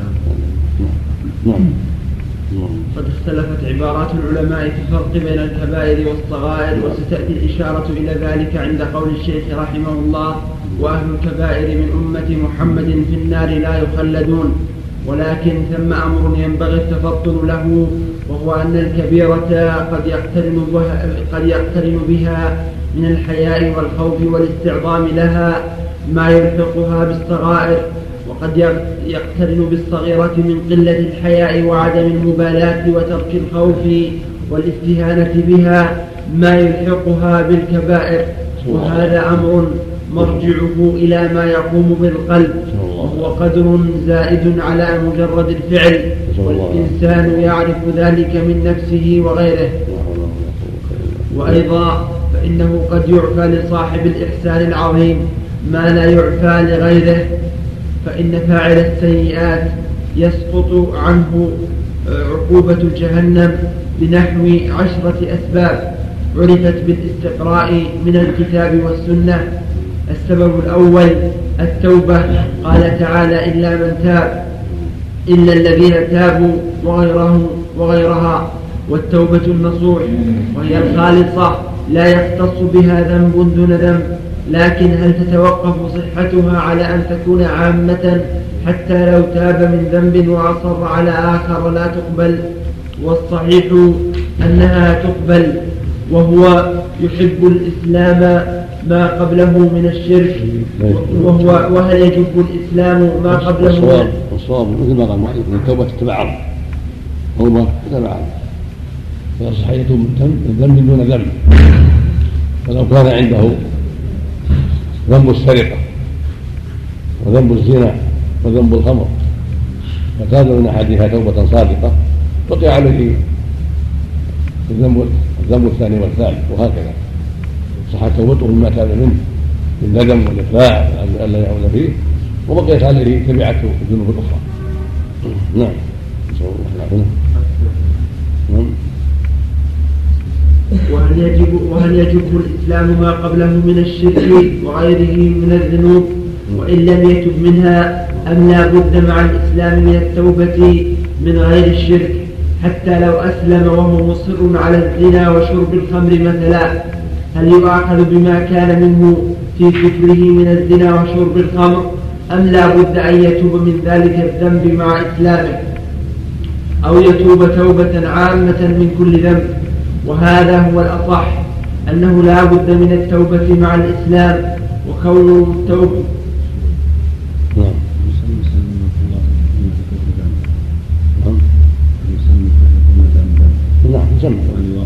نعم. قد اختلفت عبارات العلماء في الفرق بين الكبائر والصغائر، وستأتي الإشارة إلى ذلك عند قول الشيخ رحمه الله: وأهل الكبائر من أمة محمد في النار لا يخلدون. ولكن ثم أمر ينبغي التفطن له، وهو أن الكبيرة قد يقترن بها, قد يقترن بها من الحياء والخوف والاستعظام لها ما يلحقها بالصغائر، وقد يقترن بالصغيرة من قلة الحياء وعدم المبالاة وترك الخوف والاستهانة بها ما يلحقها بالكبائر، وهذا أمر مرجعه إلى ما يقوم بالقلب، وهو قدر زائد على مجرد الفعل، والإنسان يعرف ذلك من نفسه وغيره. وأيضا فإنه قد يعفى لصاحب الإحسان العظيم ما لا يعفى لغيره، فإن فاعل السيئات يسقط عنه عقوبة جهنم بنحو عشرة أسباب عرفت بالاستقراء من الكتاب والسنة. السبب الأول التوبة، قال تعالى: إلا من تاب، إلا الذين تابوا وغيره وغيرها. والتوبة النصوح وهي الخالصة لا يختص بها ذنب دون ذنب، لكن هل تتوقف صحتها على أن تكون عامة حتى لو تاب من ذنب وأصر على آخر لا تقبل؟ والصحيح أنها تقبل، وهو يحب الإسلام ما قبله من الشرك، وهو وهل يجب الإسلام ما قبله؟ الصواب مثل ما قال المؤلف ان التوبة تتبعض، توبة تتبعض، فيصح أن يتوب من ذنب دون ذنب. ولو كان عنده ذنب السرقة وذنب الزنا وذنب الخمر فكان من أحدها توبة صادقة بقي عليه الذنب الذنب الثاني والثالث وهكذا صحت توبته مما كان منه من ندم والإقلاع أن لا يعود فيه وبقيت عليه تبعته الذنوب الأخرى. نعم نسأل الله العافية. نعم. وهل يجب وهل يجب الإسلام ما قبله من الشرك وغيره من الذنوب وإن لم يتب منها أم لا بد مع الإسلام من التوبة من غير الشرك حتى لو أسلم وهو مصر على الزنا وشرب الخمر مثلا هل يؤاخذ بما كان منه في كفره من الزنا وشرب الخمر أم لا بد أن يتوب من ذلك الذنب مع إسلامه أو يتوب توبة عامة من كل ذنب؟ وهذا هو الأصح أنه لا بد من التوبة مع الإسلام وكونه التوبة نعم يسمى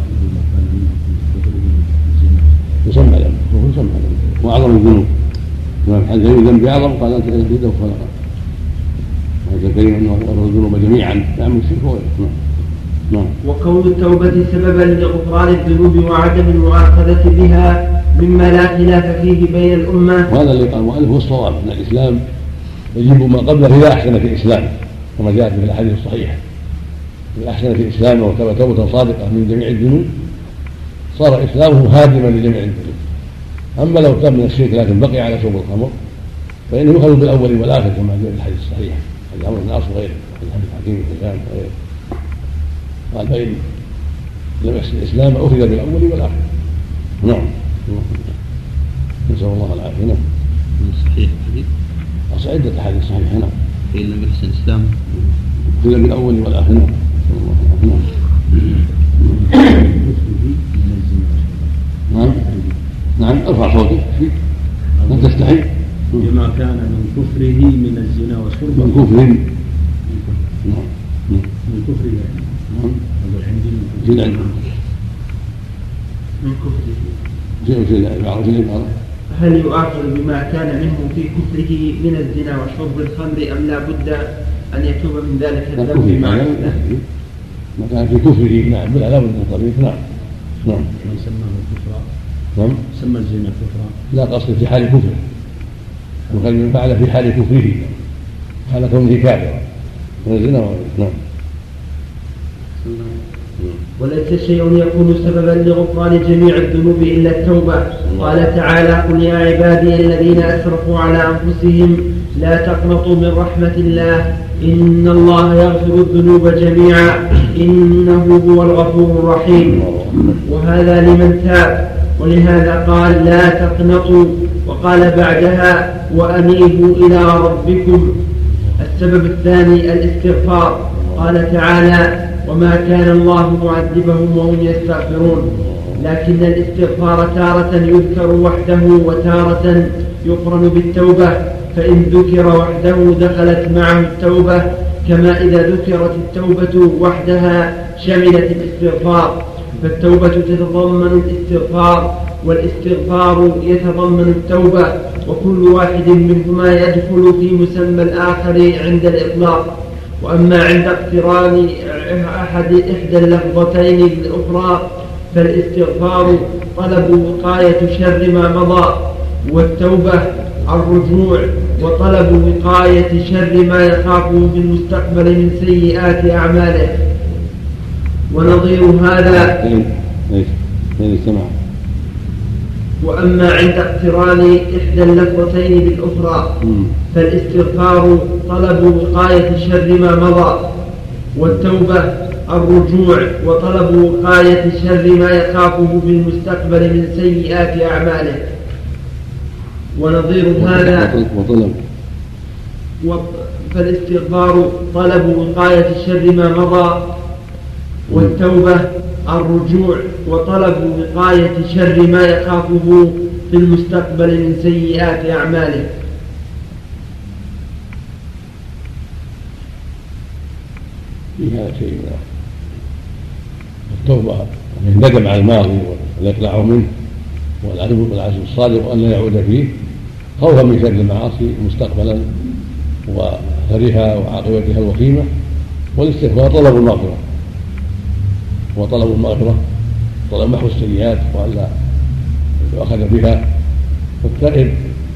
يسمى ذنب يسمى ذنب وأعظم الذنوب حتى ذنب أعظم قال أنت تزيد وخلقه هذا الكريم أنه يغفر الذنوب جميعا يعمل الشرك وغيره. نعم. وكون التوبة سببا لغفران الذنوب وعدم المؤاخذة بها مما لا خلاف فيه بين الأمة. وهذا اللي قال المؤلف هو الصواب أن الإسلام يجب ما قبله إذا أحسن في الإسلام كما جاءت في الأحاديث الصحيحة إذا أحسن في الإسلام وتاب توبة صادقة من جميع الذنوب صار إسلامه هادما لجميع الذنوب. أما لو تاب من الشرك لكن بقي على شرب الخمر فإنه يؤخذ بالأول والآخر كما جاء في الحديث الصحيح حديث عمرو بن العاص وغيره حديث حكيم بن حزام وغيره قال فإن لم يحسن الإسلام أخذ بالأول والآخر. نعم نسأل الله العافية. نعم. من الصحيح الحديث عدة أحاديث صحيحة. نعم. فإن لم يحسن الإسلام أخذ بالأول والآخر. نعم. نسأل الله العافية. نعم. نعم ارفع صوتك لا تستحي. بما كان من كفره من الزنا وشربه. من كفر. نعم. من كفره. نعم. زين عندنا. من كفره. زين زين العبارة زين العبارة. هل يؤاخذ بما كان منه في كفره من الزنا وشرب الخمر أم لا بد أن يتوب من ذلك الذنب مع الإسلام؟ ما كان في كفره. نعم بلا لا بد من طريق. نعم. نعم. من سماه كفرا. نعم. سمى الزنا كفرا. لا قصد في حال كفره. وقال من فعل في حال كفره حال كونه كافرا من الزنا. نعم. وليس شيء يكون سببا لغفران جميع الذنوب إلا التوبة. قال تعالى قل يا عبادي الذين أسرفوا على أنفسهم لا تقنطوا من رحمة الله إن الله يغفر الذنوب جميعا إنه هو الغفور الرحيم. وهذا لمن تاب ولهذا قال لا تقنطوا وقال بعدها وأنيبوا إلى ربكم. السبب الثاني الاستغفار. قال تعالى وما كان الله معذبهم وهم يستغفرون لكن الاستغفار تارة يذكر وحده وتارة يقرن بالتوبة فإن ذكر وحده دخلت معه التوبة كما إذا ذكرت التوبة وحدها شملت الاستغفار فالتوبة تتضمن الاستغفار والاستغفار يتضمن التوبة وكل واحد منهما يدخل في مسمى الآخر عند الإطلاق. وأما عند اقتران أحد إحدى اللفظتين بالأخرى فالاستغفار طلب وقاية شر ما مضى والتوبة الرجوع وطلب وقاية شر ما يخافه في المستقبل من سيئات أعماله. ونظير هذا وأما عند اقتران إحدى اللفظتين بالأخرى فالاستغفار طلب وقاية شر ما مضى والتوبة الرجوع وطلب وقاية شر ما يخافه في المستقبل من سيئات أعماله. ونظير هذا وطلب فالاستغفار طلب وقاية شر ما مضى والتوبة الرجوع وطلب وقاية شر ما يخافه في المستقبل من سيئات أعماله. في هذا شيء التوبة الندم على الماضي والإقلاع منه والعزم والعزم الصادق وأن لا يعود فيه خوفا من شر المعاصي مستقبلا وأثرها وعاقبتها الوخيمة. والاستغفار طلب المغفرة، وطلب المغفرة طلب محو السيئات وألا يؤخذ بها. فالتائب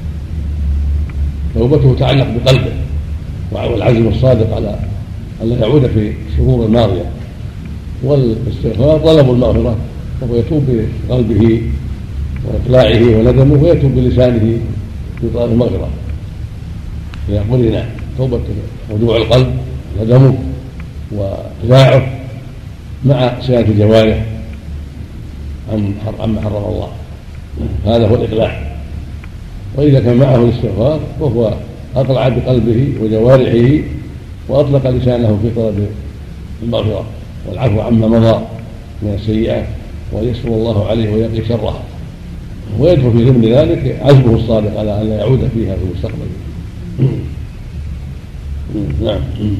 توبته تعلق بقلبه والعزم الصادق على ألا يعود في الشرور الماضية. والاستغفار طلب المغفرة، وهو يتوب بقلبه وإقلاعه وندمه، ويتوب بلسانه بطلب المغفرة. إذا قرن توبة خضوع القلب ندمه وإقلاعه مع صيانة الجوارح عما حرم الله، هذا هو الإقلاع. وإذا كان معه الاستغفار فهو أقلع بقلبه وجوارحه وأطلق لسانه في طلب المغفرة والعفو عما مضى من السيئات، ويسر الله عليه ويقي شرها، ويدخل في ضمن ذلك عزمه الصادق على أن لا يعود فيها في المستقبل. نعم.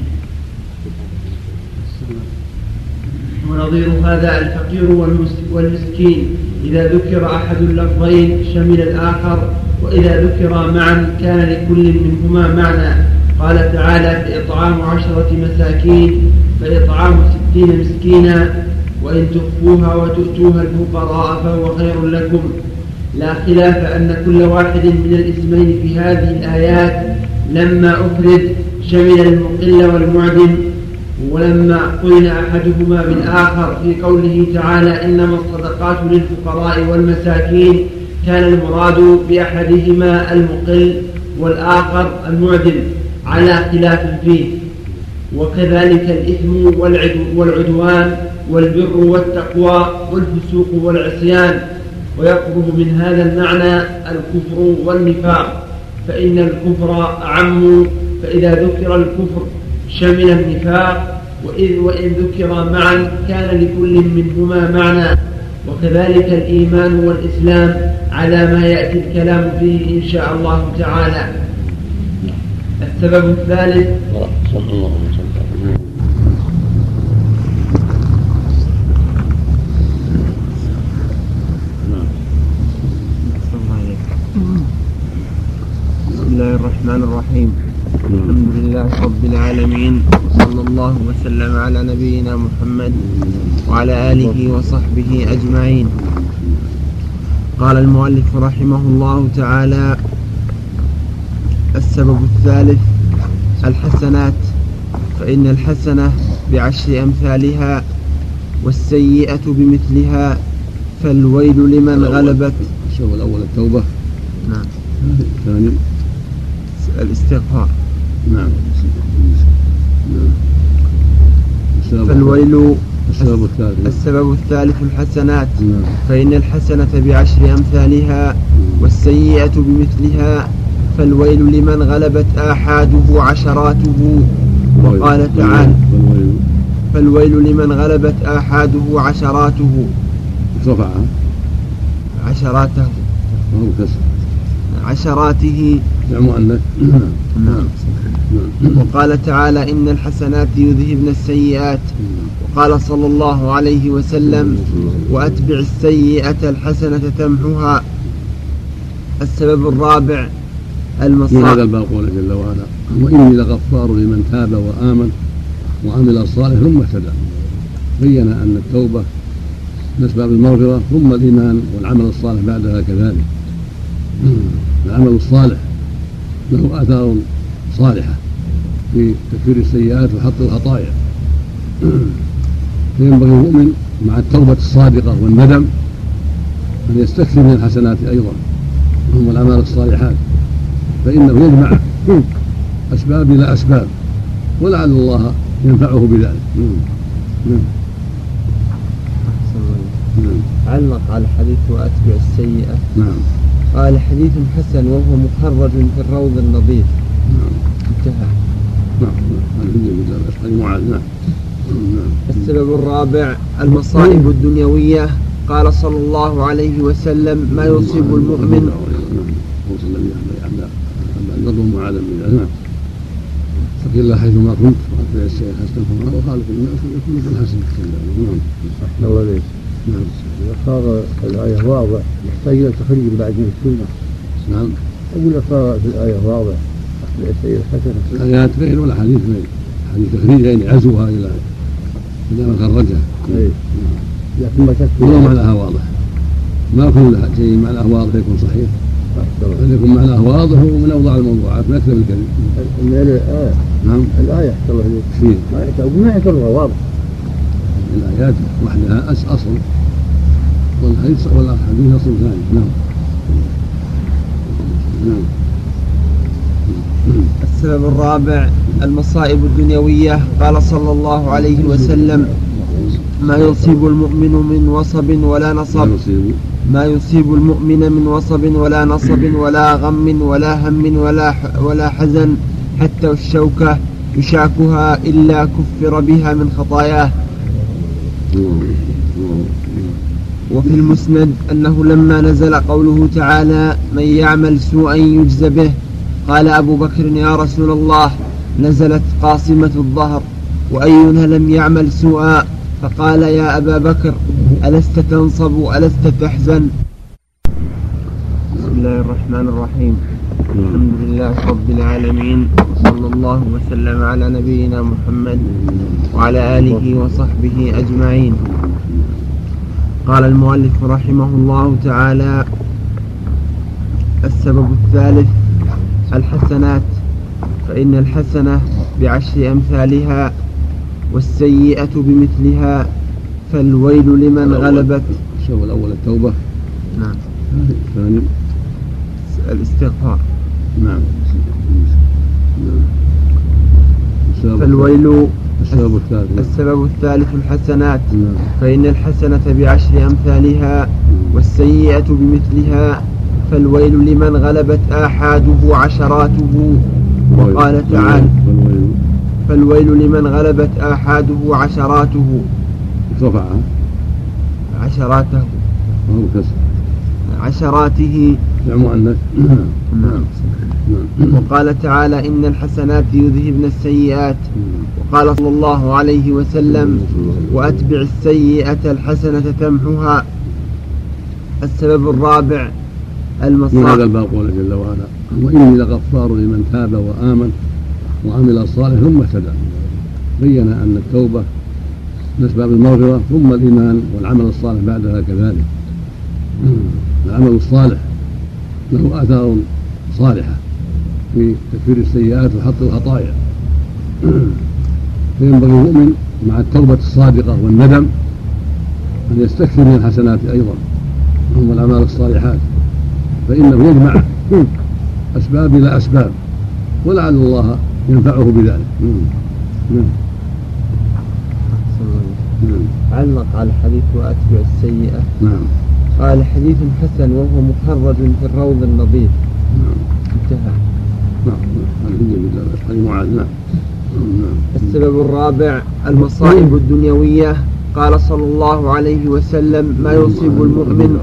ونظير هذا الفقير والمسكين إذا ذكر أحد اللفظين شمل الآخر، وإذا ذكر معا كان لكل منهما معنى. قال تعالى: فإطعام عشرة مساكين، فإطعام ستين مسكينا، وإن تخفوها وتؤتوها الفقراء فهو خير لكم. لا خلاف أن كل واحد من الاسمين في هذه الآيات لما أفرد شمل المقل والمعدم، ولما قرن أحدهما بالآخر في قوله تعالى: إنما الصدقات للفقراء والمساكين، كان المراد بأحدهما المقل والآخر المعدم على خلاف فيه. وكذلك الإثم والعدوان والبر والتقوى والفسوق والعصيان. ويقرب من هذا المعنى الكفر والنفاق، فإن الكفر أعم، فإذا ذكر الكفر شمل النفاق، وإذ وإن ذكر معا كان لكل منهما معنى. وكذلك الإيمان والإسلام على ما يأتي الكلام فيه إن شاء الله تعالى. السبب الثالث بسم الله الرحمن الرحيم. الحمد لله رب العالمين، وصلى الله وسلم على نبينا محمد وعلى آله وصحبه أجمعين. قال المؤلف رحمه الله تعالى: السبب الثالث الحسنات، فإن الحسنة بعشر أمثالها والسيئة بمثلها، فالويل لمن غلبت. السبب الأول التوبة. نعم. الثاني الاستغفار. نعم. فالويل. السبب الثالث السبب الثالث الحسنات. نعم. فإن الحسنة بعشر أمثالها والسيئة بمثلها، فالويل لمن غلبت آحاده عشراته. وقال تعالى: فالويل لمن غلبت آحاده عشراته. رفعها عشراته عشراته مؤنث. نعم. وقال تعالى: إن الحسنات يذهبن السيئات. وقال صلى الله عليه وسلم: وأتبع السيئة الحسنة تمحها. السبب الرابع المصائب. هذا الباب قوله جل وعلا: وإني لغفار لمن تاب وآمن وعمل صالحا ثم اهتدى. بين أن التوبة من أسباب المغفرة، ثم الإيمان والعمل الصالح بعدها كذلك. العمل الصالح له آثار صالحة في تكفير السيئات وحط الخطايا، فينبغي المؤمن مع التوبة الصادقة والندم أن يستكثر من الحسنات أيضا وهم الأعمال الصالحات، فإنه يجمع أسباب إلى أسباب، ولعل الله ينفعه بذلك. علق على حديث وأتبع السيئة. نعم. قال: حديث حسن وهو مخرج في الروض النظيف. نعم. انتهى. نعم. نعم. السبب الرابع المصائب الدنيوية. قال صلى الله عليه وسلم: ما يصيب المؤمن. فقل الله حيثما كنت وأتبع السيئة حسنة وخالف الناس يكون في الحسن. نعم. الله ليش. نعم. صار الآية واضح يحتاج إلى تخريج بعد من السنة. نعم. أقول صار في الآية واضح السيئة حسنة. الآيات غير ولا حديث غير حديث تخريج يعني عزوها إلى إلى من خرجها. لكن ما شك ولو معناها واضح ما كل شيء معناه واضح يكون صحيح. أن يكون معناه واضح ومن أوضاع الموضوعات ما يكتب الكذب. الآية نعم الآية يحصل له فيه ما يعتبرها واضح. الآيات وحدها أس أصل والحديث والحديث أصل ثاني. نعم نعم. السبب الرابع المصائب الدنيوية. قال صلى الله عليه وسلم: ما يصيب المؤمن من وصب ولا نصب ما يصيب المؤمن من وصب ولا نصب ولا غم ولا هم ولا ولا حزن حتى الشوكة يشاكها إلا كفر بها من خطاياه. وفي المسند أنه لما نزل قوله تعالى: من يعمل سوءا يجز به، قال أبو بكر: يا رسول الله، نزلت قاصمة الظهر وأينا لم يعمل سوءا؟ فقال: يا أبا بكر، ألست تنصب ألست تحزن؟ بسم الله الرحمن الرحيم. الحمد لله رب العالمين، وصلى الله وسلم على نبينا محمد وعلى آله وصحبه أجمعين. قال المؤلف رحمه الله تعالى: السبب الثالث الحسنات، فإن الحسنة بعشر أمثالها والسيئة بمثلها، فالويل لمن غلبت. السبب الأول التوبة. نعم. الثاني الاستغفار. نعم. فالويل. السبب الثالث السبب الثالث الحسنات. نعم. فإن الحسنة بعشر أمثالها والسيئة بمثلها، فالويل لمن غلبت آحاده عشراته. وقال تعالى: فالويل لمن غلبت آحاده عشراته. رفع عشراته عشراته مؤنث. نعم. وقال تعالى: إن الحسنات يذهبن السيئات. وقال صلى الله عليه وسلم: وأتبع السيئة الحسنة تمحها. السبب الرابع المصائب. هذا الباب قوله جل وعلا: وإني لغفار لمن تاب وآمن وعمل صالحا ثم اهتدى. بين أن التوبة من أسباب المغفرة، ثم الإيمان والعمل الصالح بعدها كذلك. العمل الصالح له آثار صالحة في تكفير السيئات وحط الخطايا، فينبغي المؤمن مع التوبة الصادقة والندم أن يستكثر من الحسنات أيضا وهم الأعمال الصالحات، فإنه يجمع أسباب إلى أسباب، ولعل الله ينفعه بذلك. علق على الحديث وأتبع السيئة. نعم. قال: حديث حسن وهو مخرج في الروض النظيف. نعم. انتهى. نعم. نعم. نعم. السبب الرابع المصائب الدنيوية. قال صلى الله عليه وسلم: ما يصيب المؤمن.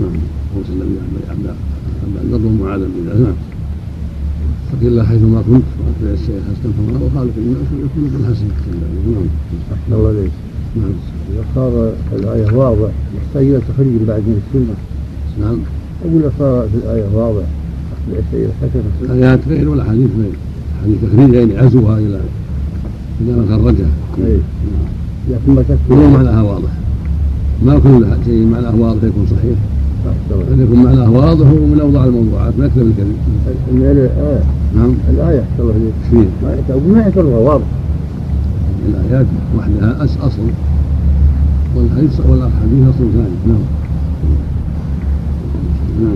فقل الله حيثما كنت وأتبع السيئة حسنة وخالف الناس يكون بالحسن. نعم. الله عليك. نعم. إذا صار الآية واضح السيئة تخرج بعد من السنة. نعم. أقول صار في الآية واضح السيئة حسنة. الآيات غير ولا حديث غير حديث تخريج يعني عزوها إلى إلى من خرجها. لكن ما شك ولو معناها واضح ما كل شيء معناه واضح يكون صحيح. أن يكون معناه واضح ومن أوضاع الموضوعات ما يكتب الكذب. الآية. نعم. الآية يحصل له فيه ما يعتبرها واضح. الآيات وحدها أس أصل والحديث والحديث أصل ثاني. نعم. نعم.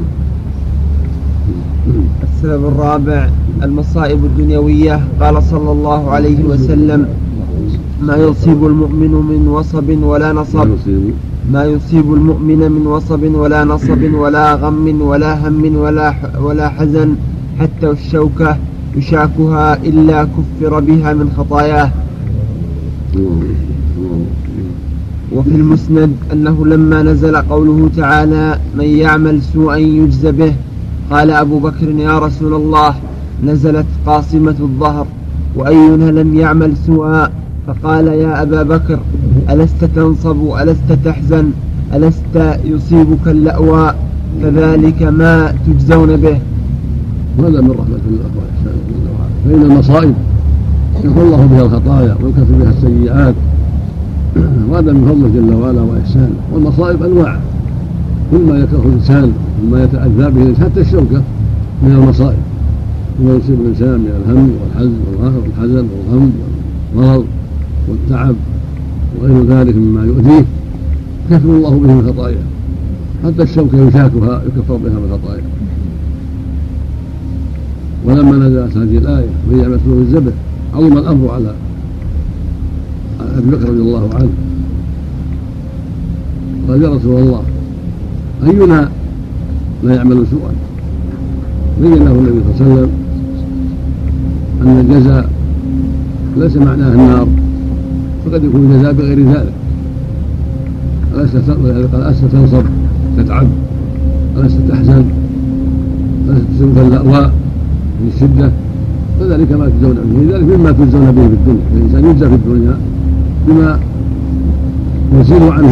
السبب الرابع المصائب الدنيوية. قال صلى الله عليه وسلم: ما يصيب المؤمن من وصب ولا نصب ما يصيب المؤمن من وصب ولا نصب ولا غم ولا هم ولا ولا حزن حتى الشوكة يشاكها إلا كفر بها من خطاياه. وفي المسند أنه لما نزل قوله تعالى: من يعمل سوءا يجز به، قال أبو بكر: يا رسول الله، نزلت قاصمة الظهر وأينا لم يعمل سوءا؟ فقال: يا أبا بكر، ألست تنصب ألست تحزن ألست يصيبك اللأوى؟ فذلك ما تجزون به. وهذا من رحمة الله فإن المصائب يغفر الله بها الخطايا ويكفر بها السيئات، وهذا من فضله جل وعلا وإحسانه. والمصائب أنواع، كل ما يكره الإنسان وما يتأذى به حتى الشوكة من المصائب، وما يصيب الإنسان من الهم والحزن والحزن والغم والمرض والتعب وغير ذلك مما يؤذيه يكفر الله به من خطاياه، حتى الشوكة يشاكها يكفر بها من خطاياه. ولما نزلت هذه الآية وهي مسلوب الذبح عظم الأمر على أبي بكر رضي الله عنه، قال يا رسول الله أينا لا يعمل سوءا؟ بين له النبي صلى الله عليه وسلم أن الجزاء ليس معناه النار، فقد يكون الجزاء بغير ذلك. قال ألست تنصب تتعب، ألست تحزن، ألست تسوف اللأواء من الشدة، فذلك ما تجزون به، ذلك مما تجزون به في الدنيا. الإنسان يجزى في الدنيا بما يزيل عنه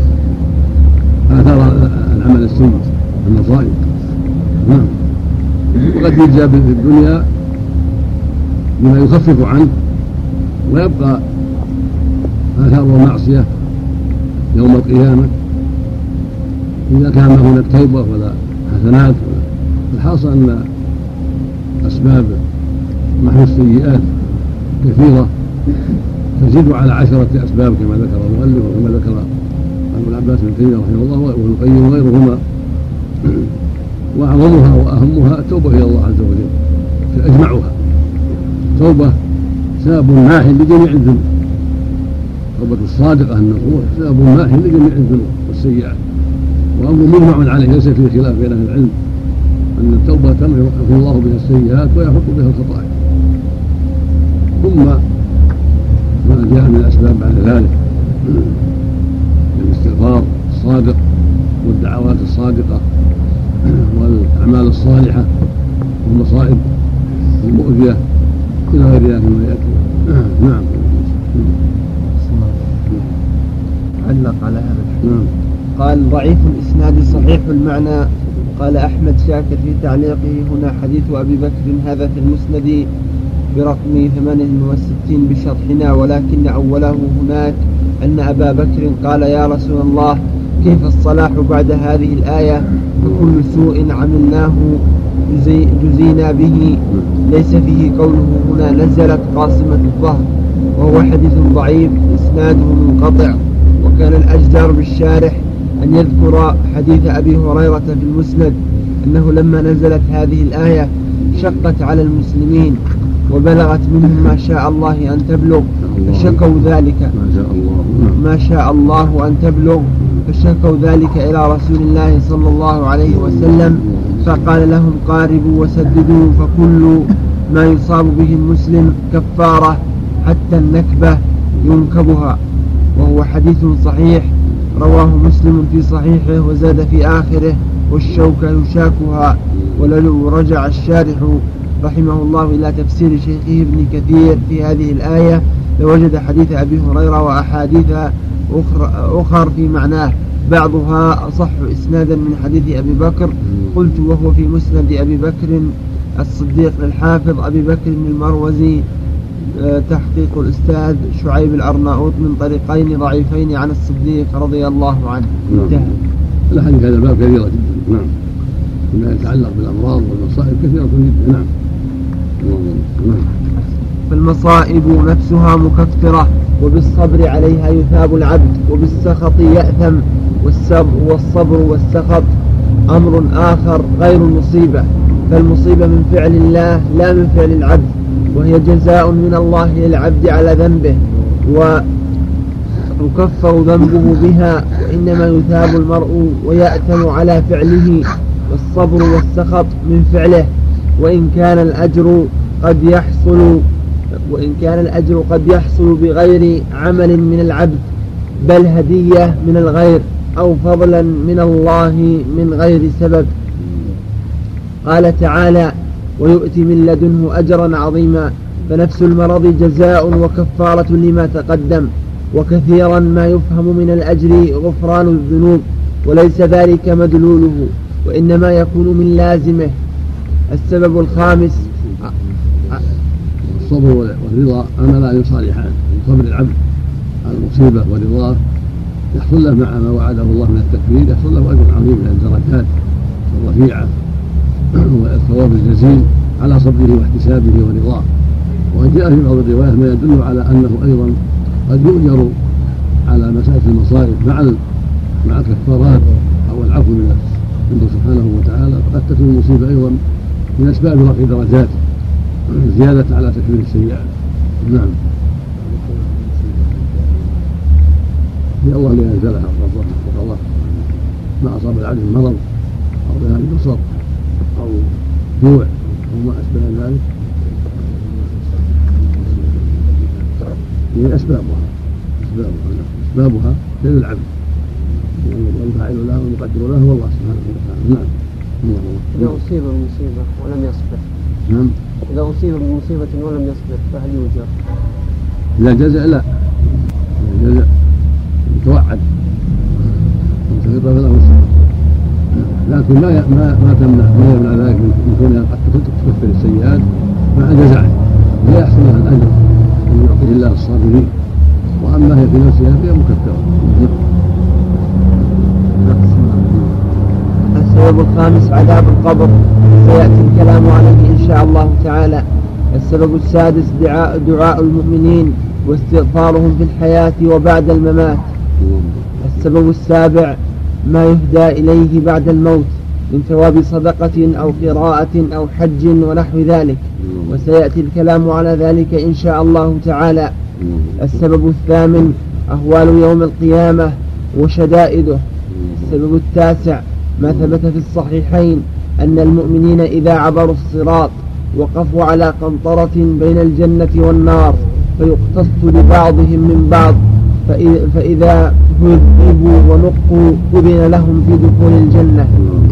آثار العمل السيء المصائب، نعم. وقد يجزى في الدنيا بما يخفف عنه ويبقى آثار المعصية يوم القيامة إذا كان هناك توبة ولا حسنات. الحاصل أن أسباب محو السيئات كثيرة تزيد على عشرة أسباب كما ذكر المؤلف وكما ذكر أبو العباس بن تيمية رحمه الله وابن القيم وغيرهما، وأعظمها وأهمها التوبة إلى الله عز وجل، فأجمعها توبة سبب ماح لجميع الذنوب، توبة الصادقة النصوح سبب ماح لجميع الذنوب والسيئات، وأمر مجمع عليه ليس فيه خلاف بين أهل العلم أن التوبة تمحو الله بها السيئات ويحط بها الخطايا. ثم ما جاء من الأسباب بعد ذلك الاستغفار الصادق والدعوات الصادقة والأعمال الصالحة والمصائب المؤذية إلى غير ذلك مما يأتي. نعم. علق على هذا نعم. قال ضعيف الإسناد صحيح المعنى. قال أحمد شاكر في تعليقه هنا حديث أبي بكر هذا في المسند برقم ثمانية وستين بشرحنا، ولكن أوله هناك أن أبا بكر قال يا رسول الله كيف الصلاح بعد هذه الآية؟ فكل سوء عملناه جزي جزينا به، ليس فيه قوله هنا نزلت قاصمة الظهر، وهو حديث ضعيف إسناده منقطع. وكان الأجدر بالشارح أن يذكر حديث أبي هريرة في المسند أنه لما نزلت هذه الآية شقت على المسلمين وبلغت منهم ما شاء الله أن تبلغ فشكوا ذلك ما شاء الله أن تبلغ فشكوا ذلك إلى رسول الله صلى الله عليه وسلم، فقال لهم قاربوا وسددوا، فكل ما يصاب به المسلم كفارة حتى النكبة ينكبها. وهو حديث صحيح رواه مسلم في صحيحه وزاد في آخره والشوكة يشاكها. ولو رجع الشارح رحمه الله إلى تفسير شيخه ابن كثير في هذه الآية لوجد حديث أبي هريرة وأحاديث أخر, أخر في معناه، بعضها أصح إسنادا من حديث أبي بكر. قلت وهو في مسند أبي بكر الصديق للحافظ أبي بكر المروزي تحقيق الأستاذ شعيب الأرناؤوط من طريقين ضعيفين عن الصديق رضي الله عنه. انتهى. الأحاديث هذا الباب كثيرة جدا، نعم، فيما يتعلق بالأمراض والمصائب كثيرة جدا، نعم. فالمصائب نفسها مكفرة، وبالصبر عليها يثاب العبد، وبالسخط يأثم، والصبر, والصبر والسخط أمر آخر غير المصيبة، فالمصيبة من فعل الله لا من فعل العبد، وهي جزاء من الله للعبد على ذنبه ويكفر ذنبه بها، وإنما يثاب المرء ويأثم على فعله. والصبر والسخط من فعله، وإن كان الأجر قد يحصل وإن كان الأجر قد يحصل بغير عمل من العبد، بل هدية من الغير أو فضلا من الله من غير سبب. قال تعالى ويؤتي من لدنه أجرا عظيما، فنفس المرض جزاء وكفارة لما تقدم. وكثيرا ما يفهم من الأجر غفران الذنوب، وليس ذلك مدلوله، وإنما يكون من لازمه. السبب الخامس الصبر والرضا عملان صالحان. صبر العبد على المصيبة ورضاه يحصل له مع ما وعده الله من التكفير، يحصل له أجر عظيم من الدرجات الرفيعة والثواب الجزيل على صبره واحتسابه ورضاه. وجاء في بعض الروايات ما يدل على أنه أيضا قد يؤجر على مسألة المصائب مع مع الكفارات أو العفو من عنده سبحانه وتعالى، فقد تكون المصيبة أيضا من أسباب رفع درجات زيادة على تكفير السيئات. نعم. هي الله اللي أنزلها وقضاها. ما أصاب العبد من مرض أو ذهاب البصر أو جوع أو ما أشبه ذلك هي أسبابها أسبابها أسبابها يد العبد والفاعل له والمقدر له هو الله سبحانه وتعالى. نعم. إذا أصيب بمصيبة ولم يصبر. نعم. إذا أصيب بمصيبة ولم يصبر فهل يؤجر؟ إذا جزع لا، إذا جزع يتوعد وتغير له الصبر، لكن ما ما ما تمنع ما يمنع ذلك من كونها قد تكفر السيئات مع جزعه، لا يحصل لها الأجر من يعطيه الله الصابرين. وأما هي في نفسها فهي مكفرة. السبب الخامس عذاب القبر، سيأتي الكلام عليه إن شاء الله تعالى. السبب السادس دعاء, دعاء المؤمنين واستغفارهم في الحياة وبعد الممات. السبب السابع ما يهدى إليه بعد الموت من ثواب صدقة أو قراءة أو حج ونحو ذلك، وسيأتي الكلام على ذلك إن شاء الله تعالى. السبب الثامن أهوال يوم القيامة وشدائده. السبب التاسع ما ثبت في الصحيحين أن المؤمنين إذا عبروا الصراط وقفوا على قنطرة بين الجنة والنار فيقتص لبعضهم من بعض، فإذا هذبوا ونقوا أذن لهم في دخول الجنة.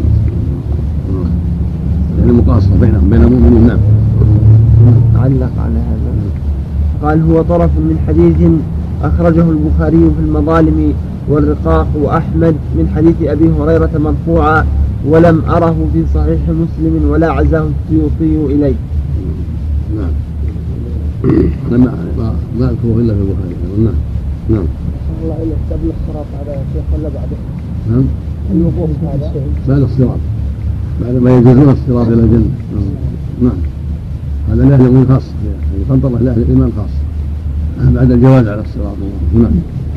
يعني مقاصة بينهم بين المؤمنين. نعم. علق على هذا قال هو طرف من حديث أخرجه البخاري في المظالم والرقاق وأحمد من حديث أبي هريرة مرفوعا، ولم أره في صحيح مسلم ولا عزاه السيوطي إليه. نعم. لما ما أذكره إلا في البخاري. نعم. نعم. الله إليه قبل الصراط هذا يا شيخ ولا بعده؟ نعم. الوقوف هذا بعد الصراط، بعد ما يجوزون الصراط إلى الجنة. نعم. هذا لأهل الإيمان خاص، يعني قنطرة لأهل الإيمان خاص بعد الجواز على الصراط. نعم.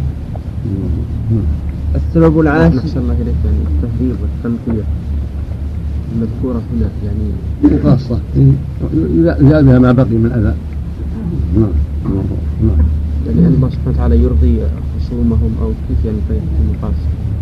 السبب العاشر نحسن الله إليك يعني التهذيب والتنقية المذكورة هنا يعني خاصة يزال بها ما بقي من أذى. نعم. نعم. يعني الله سبحانه وتعالى يرضي خصومهم أو كيف يعني في المقاس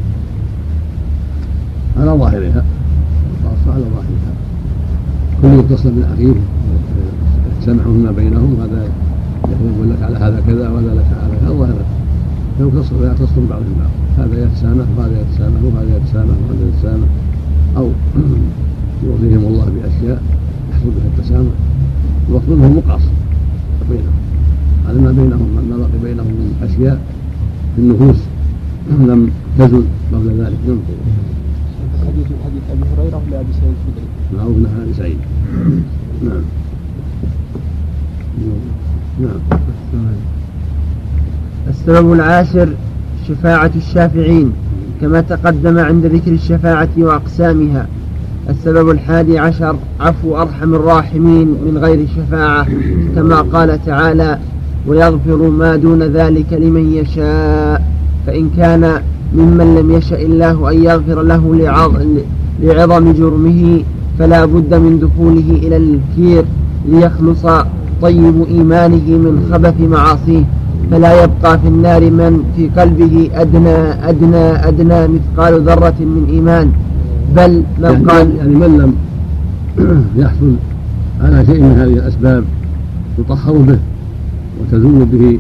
على ظاهرها، خاصة على ظاهرها، كل يتصل بالأخير يتسامحون ما بينهم، هذا يقول لك على هذا كذا وهذا لك على هذا ظاهرة، يتصل ويتصل بعضهم بعض، هذا يتسامح وهذا يتسامح وهذا يتسامح وهذا يتسامح، أو يرضيهم الله بأشياء يحصل بها التسامح، ويطلبه مقاص بينهم على ما بينهم، ما بقي بينهم من أشياء في النفوس لم تزل قبل ذلك. حديث حديث أبي هريرة ولا أبي سعيد الخدري؟ نعم ابن أبي سعيد. نعم. نعم. السبب العاشر شفاعة الشافعين كما تقدم عند ذكر الشفاعة وأقسامها. السبب الحادي عشر عفو أرحم الراحمين من غير شفاعة كما قال تعالى ويغفر ما دون ذلك لمن يشاء، فإن كان ممن لم يشاء الله أن يغفر له لعظم جرمه فلا بد من دخوله إلى الكير ليخلص طيب إيمانه من خبث معاصيه، فلا يبقى في النار من في قلبه أدنى أدنى أدنى مثقال ذرة من إيمان، بل من قال يعني من لم يحصل على شيء من هذه الأسباب يطهر به وتزول به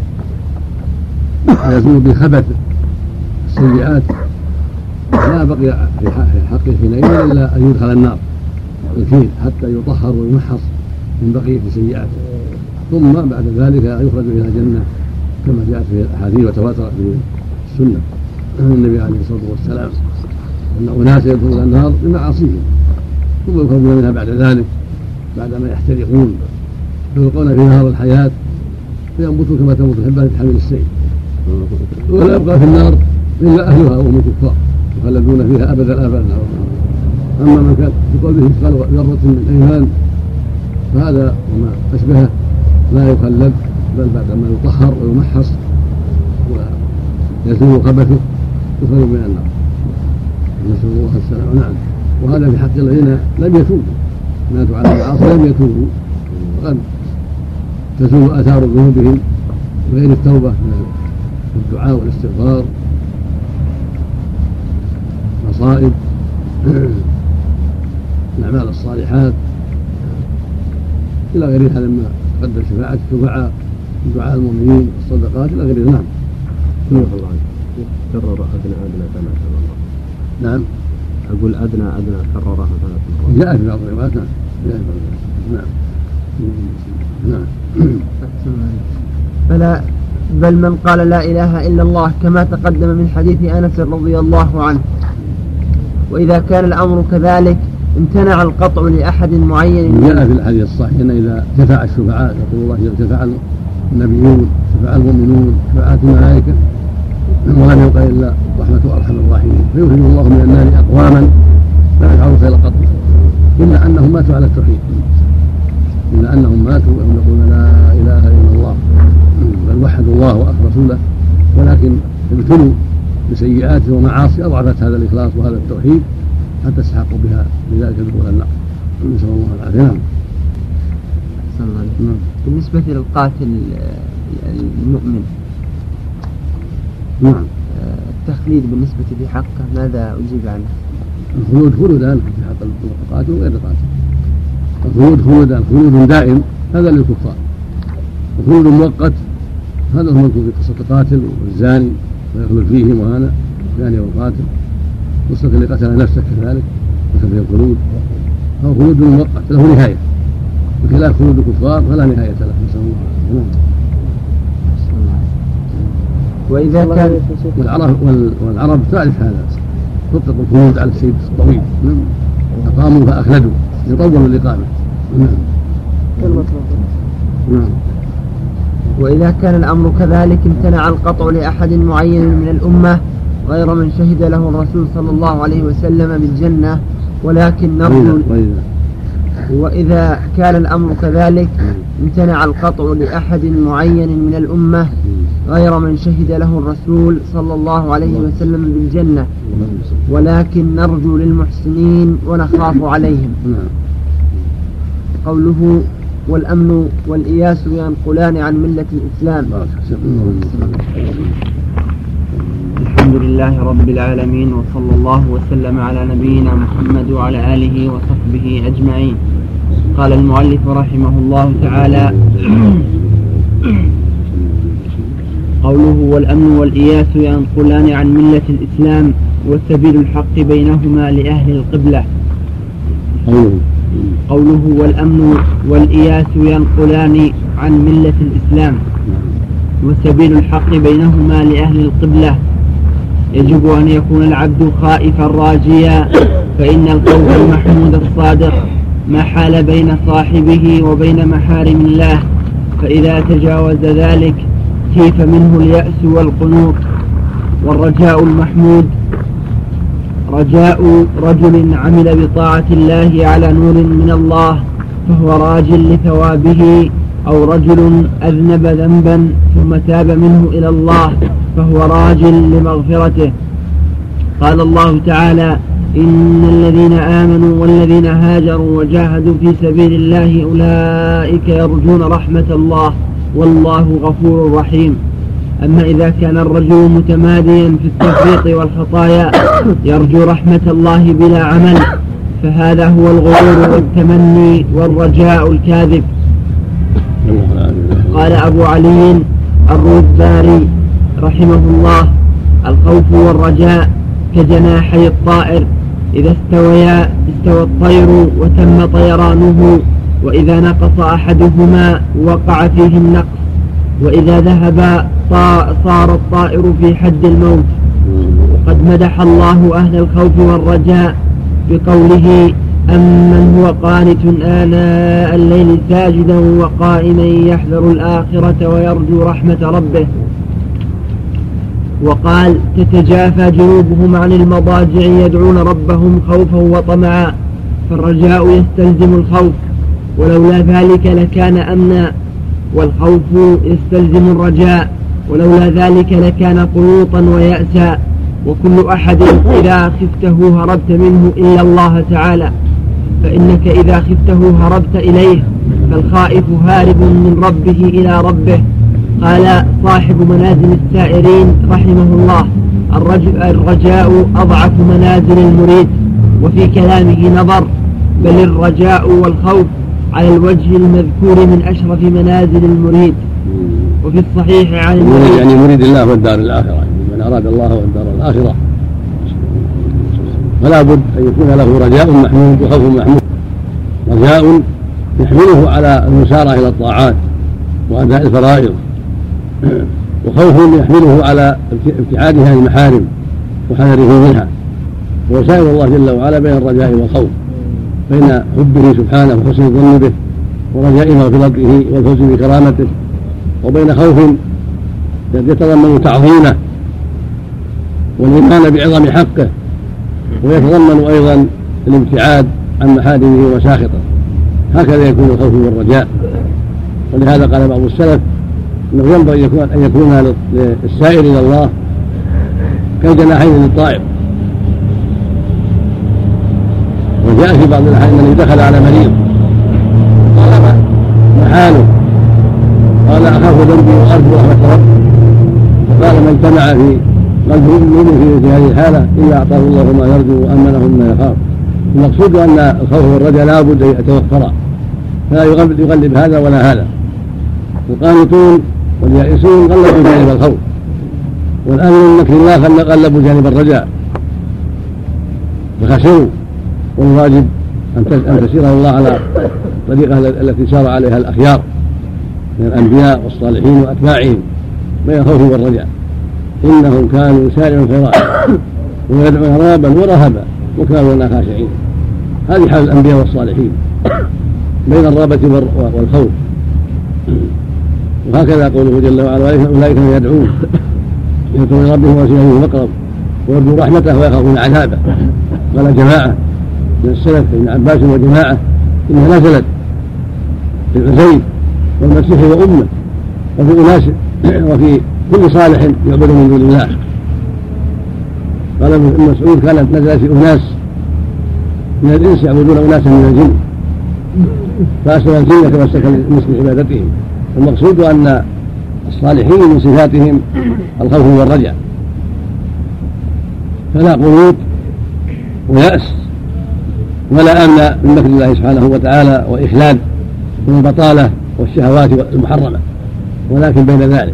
يزول بخبث السيئات، لا بقي في حقه حينئذ إلا أن يدخل النار الكيل حتى يطهر ويمحص من بقية سيئاته، ثم بعد ذلك يخرج إلى الجنة كما جاءت في الأحاديث وتواترت في السنة عن النبي عليه الصلاة والسلام أن أناس يدخلون إلى النار بمعاصيهم ثم يخرجون منها بعد ذلك بعدما يحترقون يلقون في نهار الحياة فينبتوا كما تنبت الحبة في حمل السيل، ولا يبقى في النار إلا أهلها وهم الكفار يخلدون فيها أبد الآباد. أما من كان في قلبه مثقال ذرة من إيمان فهذا وما أشبهه لا يخلد، بل بعد ما يطهر ويمحص ويزول خبثه يخرج من النار، نسأل الله السلامة. نعم. وهذا في حق الذين لم يتوبوا، ماتوا على المعاصي لم يتوبوا، وقد تزول آثار ذنوبهم بغير التوبة من الدعاء والاستغفار، مصائب، الأعمال الصالحات إلى غيرها لما تقدم شفاعة الشفعاء، دعاء المؤمنين، الصدقات إلى غيرها. نعم. كرر أدنى أدنى ثلاث مرات. نعم. أقول أدنى أدنى كررها ثلاث مرات. جاء في بعض الروايات. نعم. نعم. نعم. فلا بل من قال لا إله إلا الله كما تقدم من حديث أنس رضي الله عنه. وإذا كان الأمر كذلك امتنع القطع لأحد معين. جاء في الحديث الصحيح أن إذا شفع الشفعاء يقول الله إذا شفع النبيون شفع المؤمنون شفعات الملائكة ولا يبقى إلا رحمة أرحم الراحمين، فيخرج الله من النار أقواما لا يفعلون خير قط إلا أنهم ماتوا على التوحيد، إلا أنهم ماتوا وهم يقولون لا إله إلا الله، بل وحدوا الله وأخلصوا له، ولكن ابتلوا بسيئات ومعاصي أضعفت هذا الإخلاص وهذا التوحيد حتى استحقوا بها لذلك دخول النار. نسأل الله العافية. نعم. بالنسبة للقاتل المؤمن، نعم، التخليد بالنسبة لحقه ماذا أجيب عنه؟ الخلود خلودان في حق القاتل وغير القاتل. الخلود خلودان، خلود دائم هذا للكفار، وخلود مؤقت هذا هو المذكور في قصة القاتل والزاني ويخلد فيهم، وهذا الزاني والقاتل. قصة اللي قتل نفسه كذلك وكفى الخلود، هو خلود مؤقت له نهاية، بخلاف خلود الكفار فلا نهاية له. نسأل الله. وإذا كان والعرب, والعرب تعرف هذا، تطلق الخلود على الشيء الطويل، أقاموا فأخلدوا يطولوا الإقامة. نعم. وإذا كان الأمر كذلك امتنع القطع لأحد معين من الأمة غير من شهد له الرسول صلى الله عليه وسلم بالجنة، ولكن نرجو. وإذا كان الأمر كذلك امتنع القطع لأحد معين من الأمة غير من شهد له الرسول صلى الله عليه وسلم بالجنة، ولكن نرجو للمحسنين ونخاف عليهم. قوله والأمن والإياس ينقلان عن ملة الإسلام. الحمد لله رب العالمين، وصلى الله وسلم على نبينا محمد وعلى آله وصحبه أجمعين. قال المؤلف رحمه الله تعالى: قوله والأمن والإياس ينقلان عن ملة الإسلام وسبيل الحق بينهما لأهل القبلة. قوله والأمن والإياس ينقلان عن ملة الإسلام وسبيل الحق بينهما لأهل القبلة، يجب أن يكون العبد خائفا راجيا، فإن الخوف المحمود الصادق ما حال بين صاحبه وبين محارم الله، فإذا تجاوز ذلك كيف منه اليأس والقنوط. والرجاء المحمود رجاء رجل عمل بطاعة الله على نور من الله فهو راج لثوابه، أو رجل أذنب ذنبا ثم تاب منه إلى الله فهو راج لمغفرته. قال الله تعالى: إن الذين آمنوا والذين هاجروا وجاهدوا في سبيل الله أولئك يرجون رحمة الله والله غفور رحيم. أما إذا كان الرجل متماديا في التفريط والخطايا يرجو رحمة الله بلا عمل، فهذا هو الغرور والتمني والرجاء الكاذب. قال أبو علي الروذباري رحمه الله: الخوف والرجاء كجناحي الطائر، إذا استويا استوى الطير وتم طيرانه، وإذا نقص أحدهما وقع فيه النقص، وإذا ذهب صار الطائر في حد الموت. وقد مدح الله أهل الخوف والرجاء بقوله: أمن هو قانت آناء الليل ساجدا وقائما يحذر الآخرة ويرجو رحمة ربه. وقال تتجافى جنوبهم عن المضاجع يدعون ربهم خوفا وطمعا، فالرجاء يستلزم الخوف ولولا ذلك لكان أمنا، والخوف يستلزم الرجاء ولولا ذلك لكان قنوطا ويأسا. وكل أحد إذا خفته هربت منه إلا الله تعالى، فإنك إذا خفته هربت إليه، فالخائف هارب من ربه إلى ربه. قال صاحب منازل السائرين رحمه الله الرجاء أضعف منازل المريد. وفي كلامه نظر، بل الرجاء والخوف على الوجه المذكور من أشرف منازل المريد. وفي الصحيح عن المريد يعني مريد الله والدار الآخرة، من أراد الله والدار الآخرة فلا بد أن يكون له رجاء محمود وخوف محمود. رجاء يحمله على المسارعة إلى الطاعات وأداء الفرائض، وخوف يحمله على ابتعاده عن المحارم وحذره منها. وسائر الله جل وعلا بين الرجاء والخوف، بين حبه سبحانه وحسن الظن به ورجاء مغفرته والفوز بكرامته، وبين خوف يتضمن تعظيمه والإيمان بعظم حقه، ويتضمن أيضا الابتعاد عن محارمه ومساخطه. هكذا يكون الخوف والرجاء. ولهذا قال بعض السلف انه ينبغي ان يكون للسائر الى الله كالجناحين للطائر. وجاء في بعض الاحيان انه دخل على مريض طلب محاله، قال اخاف ذنبي وارجو رحمه ربي، فقال من اجتمع في قلب مؤمن في هذه الحاله الا اعطاه الله ما يرجو وامنه مما يخاف. المقصود ان الخوف والرجاء لا بد ان يتوفرا، فلا يغلب هذا ولا هذا. القانتون واليائسون غلبوا جانب الخوف، والامن من مكر الله غلبوا جانب الرجاء فخسروا. والواجب ان تسير الله على الطريقه التي سار عليها الاخيار من الانبياء والصالحين واتباعهم بين الخوف والرجاء. انهم كانوا يسارعون الخيرات ويدعون رغبا ورهبا وكانوا لنا خاشعين. هذه حال الانبياء والصالحين بين الرغبه والخوف. وهكذا قوله جل وعلا اولئك من يدعون يدعون ربهم وسيلهم مقرب ويرجو رحمته ويخافون عذابه. قال جماعه من السلف ابن عباس وجماعه انها نزلت في العزيز والمسيح وامه وفي اناس وفي كل صالح يعبد من دون الله. قال ابن مسعود كانت نزلت في اناس من الانس يعبدون اناسا من الجن فاسلم الجن تمسك مثل عبادتهم. المقصود ان الصالحين من صفاتهم الخوف والرجاء، فلا قنوط ويأس ولا امن من مكر الله سبحانه وتعالى واخلاد من البطاله والشهوات المحرمه، ولكن بين ذلك.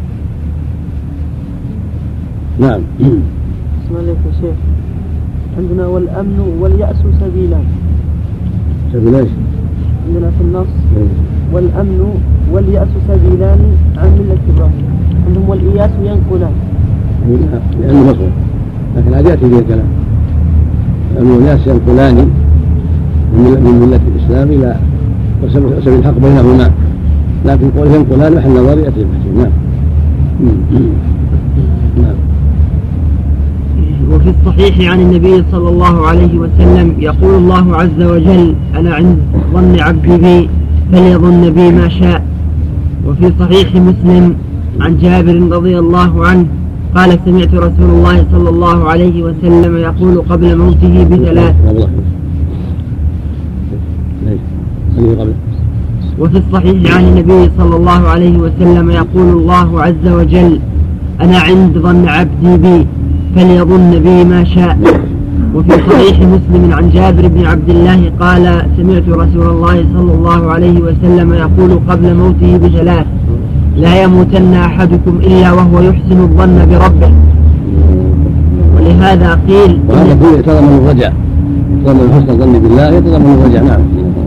نعم. بسم الله يا شيخ. عندنا والامن واليأس سبيلان. سبيل ايش؟ عندنا في النص والامن واليأس سبيلان عن ملة ابراهيم، عندهم والإياس ينقلان. لأنه مصر، لكن هذا يأتي به الكلام. الأمن واليأس ينقلان من ملة الإسلام إلى سبيل الحق بينهما، لكن قول ينقلان محل نظر يأتي به. نعم. نعم. وفي الصحيح عن النبي صلى الله عليه وسلم يقول الله عز وجل أنا عند ظن عبدي بي فليظن بي ما شاء. وفي صحيح مسلم عن جابر رضي الله عنه قال سمعت رسول الله صلى الله عليه وسلم يقول قبل موته بثلاث. وفي الصحيح عن النبي صلى الله عليه وسلم يقول الله عز وجل أنا عند ظن عبدي بي فليظن بي ما شاء. وفي صحيح مسلم عن جابر بن عبد الله قال سمعت رسول الله صلى الله عليه وسلم يقول قبل موته بثلاث لا يموتن أحدكم إلا وهو يحسن الظن بربه. ولهذا قيل وهذا كله يتضمن الرجاء، يتضمن حسن الظن بالله، يتضمن الرجاء. نعم.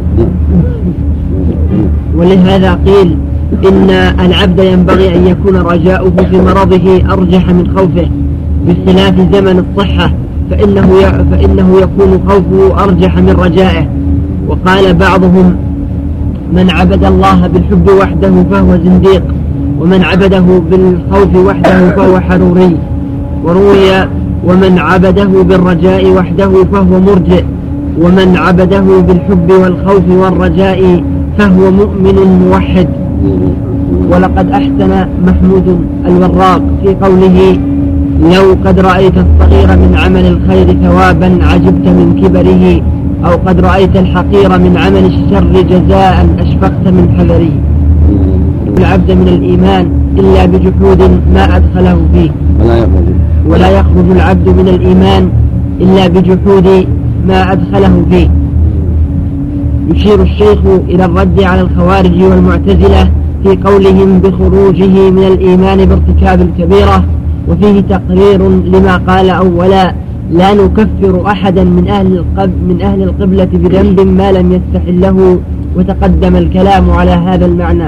ولهذا قيل إن العبد ينبغي أن يكون رجاؤه في مرضه أرجح من خوفه، باختلاف زمن الصحة فإنه فإنه يكون خوفه أرجح من رجائه. وقال بعضهم: من عبد الله بالحب وحده فهو زنديق، ومن عبده بالخوف وحده فهو حروري. وروي: ومن عبده بالرجاء وحده فهو مرجئ، ومن عبده بالحب والخوف والرجاء فهو مؤمن موحد. ولقد أحسن محمود الوراق في قوله: لو قد رأيت الصغير من عمل الخير ثوابا عجبت من كبره، أو قد رأيت الحقير من عمل الشر جزاء أشفقت من حذره. العبد من الإيمان إلا بجحود ما أدخله فيه، ولا يخرج العبد من الإيمان إلا بجحود ما أدخله فيه. يشير الشيخ إلى الرد على الخوارج والمعتزلة في قولهم بخروجه من الإيمان بارتكاب الكبيرة، وفيه تقرير لما قال أولا: لا نكفر أحدا من أهل القبل من أهل القبلة بذنب ما لم يستحله، وتقدم الكلام على هذا المعنى.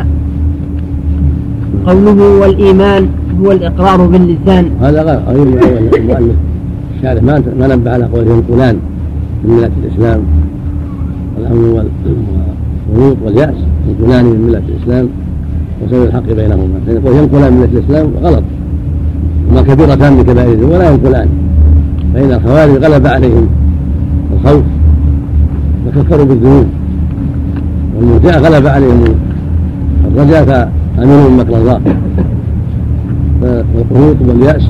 قوله والإيمان هو الإقرار باللسان، هذا غير المؤلف الشارح ما نبه على قوله ينقلان من ملة الإسلام، والأمن والغلوط واليأس ينقلان من ملة الإسلام وسوي الحق بينهما. فيقول ينقلان من ملة الإسلام غلط، هما كبيرتان من كبائر الذنوب ولا ينقلان. فإن الخوارج غلب عليهم الخوف فكفروا بالذنوب، والمرجئة غلب عليهم الرجاء فأمنوا من مكر الله. والقنوط واليأس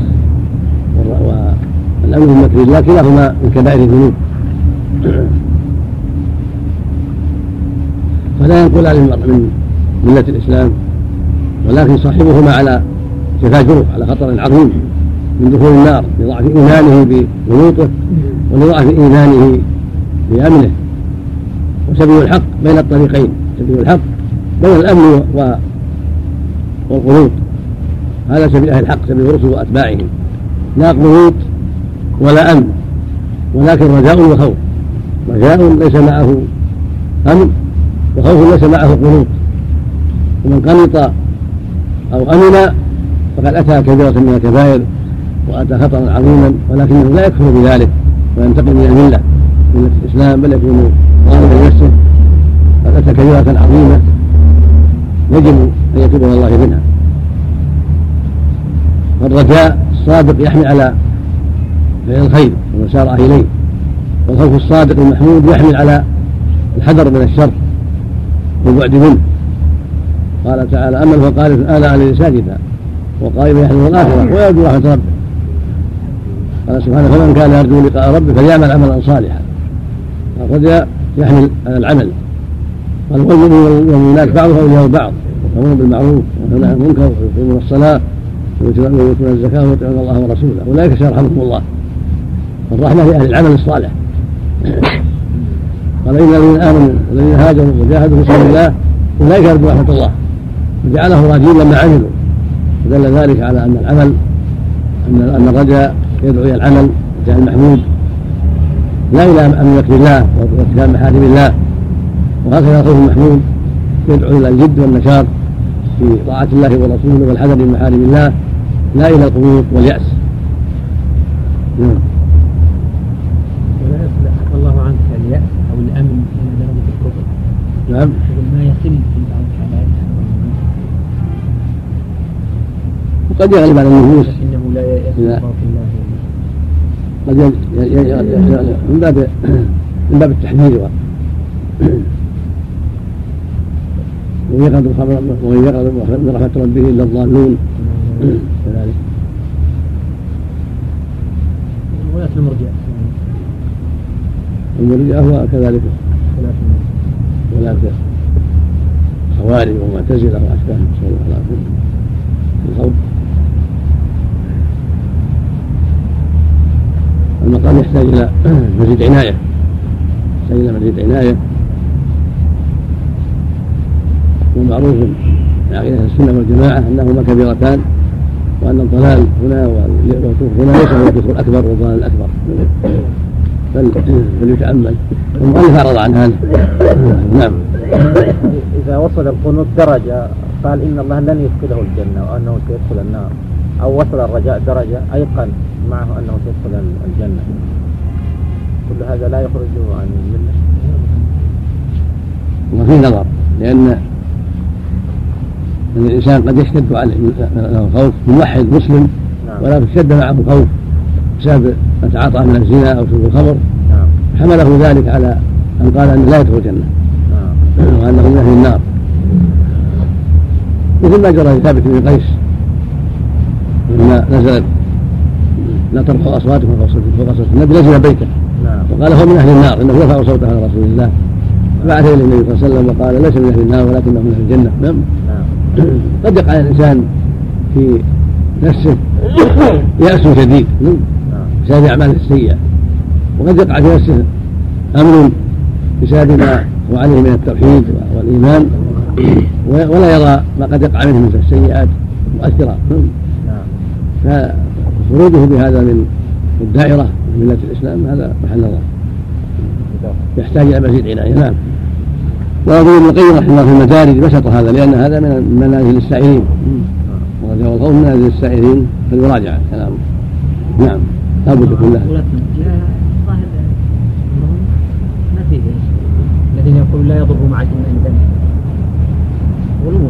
والأمن من مكر الله كلاهما من كبائر الذنوب، فلا ينقل على المرء من ملة الإسلام، ولكن صاحبهما على شفا جرف، على خطر عظيم من دخول النار لضعف إيمانه بغلوطه ولضعف إيمانه بأمنه. وسبيل الحق بين الطريقين، سبيل الحق بين الأمن والقنوط، هذا سبيل أهل الحق، سبيل الرسل وأتباعهم، لا قنوط ولا أمن، ولكن رجاء وخوف. رجاء ليس معه أمن، وخوف ليس معه قنوط. ومن قنط أو أمن فقد أتى كبيرة من الكبائر وأتى خطرا عظيما، ولكنه لا يكفر بذلك وينتقل من الملة ملة الإسلام، بل يكون ظالما لنفسه، قد أتى كبيرة عظيمة يجب أن يتوب إلى الله منها. والرجاء الصادق يحمل على فعل الخير والمسارعة إليه، والخوف الصادق المحمود يحمل على الحذر من الشر والبعد منه. قال تعالى: أما هو قال آناء الليل ساجدا وقائما يحذر الآخرة ويرجو رحمة ربه. قال سبحانه: فمن كان يرجو لقاء ربه فليعمل عملا صالحا. الرجاء يحمل على العمل. والمؤمنون والمؤمنات بعضهم أولياء بعض، يأمرون بالمعروف وينهون عن المنكر ويقيمون الصلاة ويؤتون الزكاة ويطيعون الله ورسوله، أولئك سيرحمهم الله. الرحمة لأهل العمل الصالح. قال: إن الذين آمنوا والذين هاجروا وجاهدوا في سبيل الله أولئك يرجون رحمة الله، وجعله راجين لما عملوا. فدل ذلك على أن العمل أن الرجاء يدعو إلى العمل وجعل المحمود، لا إلى أن يكفي الله وارتكاب محارم الله. وهكذا الخوف المحمود يدعو إلى الجد والنشاط في طاعة الله ورسوله والحذر من محارم الله، لا إلى القنوط واليأس. ولا يصلح الله عنك اليأس أو الأمن إلى درجة الكفر. نعم. ما يصل في بعض الحالات وقد يغلب على النفوس إنه لا يأس قد من باب من باب التحذير ومن يقعد من رحمة ربه إلا الضالون كذلك. ولاة المرجئة المرجئة هو كذلك، ولاة خوارج ومعتزلة وأشباههم صلى الله عليه وسلم في الخوف. المقام يحتاج إلى مزيد عناية، يحتاج إلى مزيد عناية. ومعروف في عقيدة السنة والجماعة أنهما كبيرتان، وأن الضلال هنا والكفر هنا ليس هو الكفر الأكبر والضلال الأكبر، فليتأمل. المؤلف أعرض عن هذا. نعم. إذا وصل القنوط درجة قال إن الله لن يدخله الجنة وأنه سيدخل النار، أو وصل الرجاء درجة أيقن معه أنه سيدخل الجنة، كل هذا لا يخرجه عن الملة. وفي نظر، لأن الإنسان قد يشتد عليه الخوف موحد مسلم ولكن اشتد معه الخوف بسبب ما تعاطاه من الزنا أو شرب الخمر، حمله ذلك على أن قال أنه لا يدخل الجنة وأنه من أهل النار، مثل ما جرى لثابت بن قيس لما نزلت لا ترفعوا أصواتكم فوق صوت النبي نزل بيته وقال هو من أهل النار إنه يرفع صوته على رسول الله، بعث إلى النبي صلى الله عليه وسلم وقال ليس من أهل النار ولكنه من أهل الجنة. نعم. قد يقع الإنسان في نفسه يأس شديد بسبب أعماله السيئة، وقد يقع في نفسه أمن بسبب ما هو عليه من التوحيد والإيمان ولا يرى ما قد يقع منه من السيئات مؤثرة، فخروجه بهذا من الدائرة من ملة الإسلام هذا محل نظر يحتاج إلى مزيد عناية. نعم. وأظن ابن القيم رحمه الله في المدارج بسط هذا لأن هذا من منازل السائرين، ورجاء القوم من منازل السائرين فالمراجعة كلامه. نعم. لابد يكون له. ما فيه الذين يقول لا يضر مع الجنة عندنا غلو.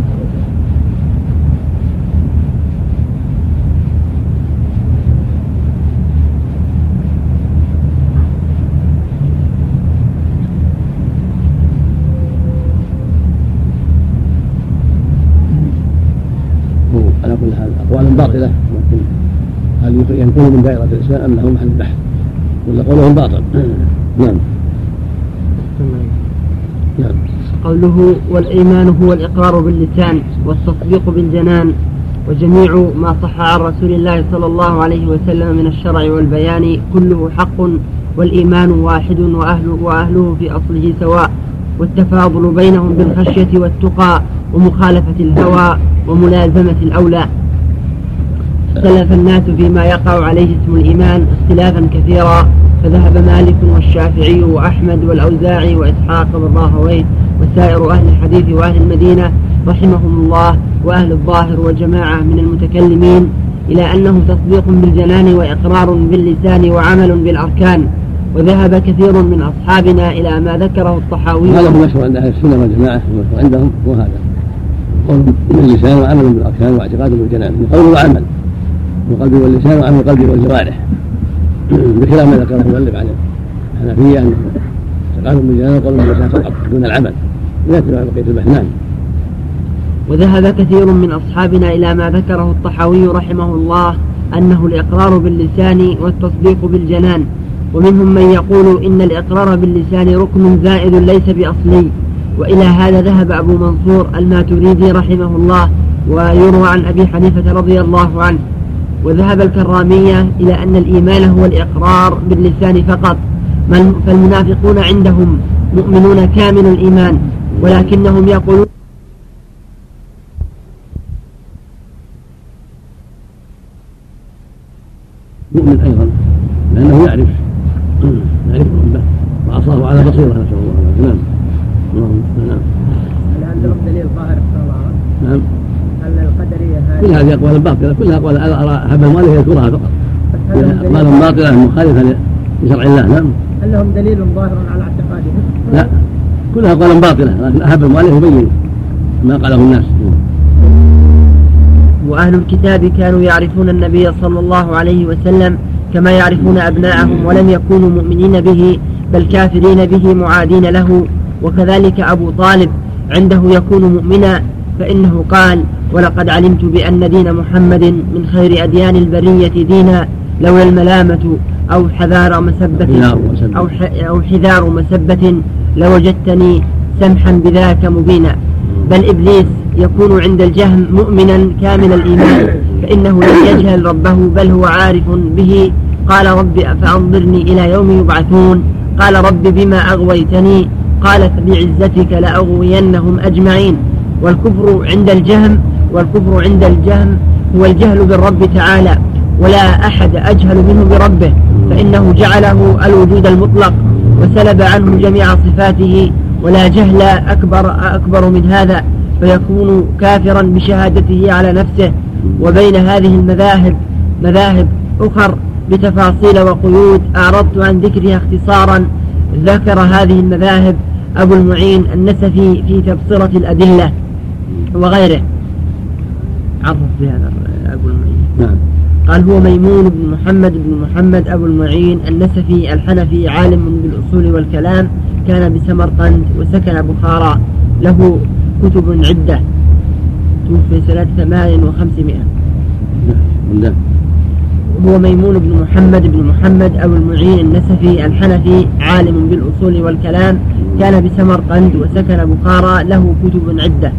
على كل حال أقوال باطلة، لكن هل ينقل من دائرة الإسلام أم له محل بحث ولا قولهم باطل؟ نعم. نعم. قوله والإيمان هو الإقرار باللسان والتصديق بالجنان، وجميع ما صح عن رسول الله صلى الله عليه وسلم من الشرع والبيان كله حق، والإيمان واحد وأهله, وأهله في أصله سواء، والتفاضل بينهم بالخشية والتقى ومخالفة الهوى وملازمة الأولى. اختلف الناس فيما يقع عليه اسم الإيمان اختلافا كثيرا، فذهب مالك والشافعي وأحمد والأوزاعي وإسحاق بن راهويه وسائر أهل الحديث وأهل المدينة رحمهم الله وأهل الظاهر وجماعة من المتكلمين إلى أنه تصديق بالجنان وإقرار باللسان وعمل بالأركان. وذهب كثير من أصحابنا إلى ما ذكره الطحاوي. هذا هو مشروع عند أهل السنة والجماعة وعندهم وهذا قول باللسان وعمل بالأركان واعتقاد بالجنان، قول وعمل والقلب واللسان وعمل القلب والجوارح، بخلاف ما ذكره المؤلف عن الحنفية أنه اعتقاد بالجنان وقول باللسان فقط دون العمل، يأتي على بقية البحث. وذهب كثير من أصحابنا إلى ما ذكره الطحاوي رحمه الله أنه الإقرار باللسان والتصديق بالجنان، ومنهم من يقول إن الإقرار باللسان ركن زائد ليس بأصلي، وإلى هذا ذهب أبو منصور الماتريدي رحمه الله، ويروى عن أبي حنيفة رضي الله عنه. وذهب الكرامية إلى أن الإيمان هو الإقرار باللسان فقط، فالمنافقون عندهم مؤمنون كامل الإيمان، ولكنهم يقولون مؤمن أيضا لأنه يعرف يعرف ربه وعصاه على بصيرة، نسأل الله. نعم. نعم. هل عندهم دليل ظاهر في الله؟ نعم. هل القدرية هذه كل هذه أقوال باطلة، كلها أقوال هب المؤلف يذكرها فقط، أقوال باطلة مخالفة لشرع الله. نعم. هل لهم دليل ظاهر على اعتقادهم؟ لا، كلها أقوال باطلة، لكن هب المؤلف يبين ما قاله الناس. وأهل الكتاب كانوا يعرفون النبي صلى الله عليه وسلم كما يعرفون أبناءهم، ولم يكونوا مؤمنين به بل كافرين به معادين له. وكذلك أبو طالب عنده يكون مؤمنا، فإنه قال: ولقد علمت بأن دين محمد من خير أديان البرية دينا، لولا الملامة أو حذار مسبة أو, أو حذار مسبة لوجدتني سمحا بذاك مبينا. بل إبليس يكون عند الجهم مؤمنا كامل الإيمان، فإنه لم يجهل ربه بل هو عارف به. قال: رب فأنظرني إلى يوم يبعثون. قال: رب بما أغويتني؟ قال: فبعزتك لأغوينهم أجمعين. والكفر عند الجهم والكفر عند الجهم هو الجهل بالرب تعالى، ولا أحد أجهل منه بربه، فإنه جعله الوجود المطلق وسلب عنه جميع صفاته، ولا جهل أكبر, أكبر من هذا، فيكون كافرا بشهادته على نفسه وبين هذه المذاهب مذاهب أخر بتفاصيل وقيود أعرضت عن ذكرها اختصارا. ذكر هذه المذاهب أبو المعين النسفي في تبصرة الأدلة وغيره. عرف بهذا أبو المعين. نعم. قال هو ميمون بن محمد بن محمد أبو المعين النسفي الحنفي، عالم بالأصول والكلام، كان بسمرقند وسكن بخارى، له كتب عدة، توفي سنة ثمان وخمسمائة. نعم. هو ميمون بن محمد بن محمد أبو المعين النسفي الحنفي، عالم بالأصول والكلام، كان بسمرقند وسكن بخارى، له كتب عدة.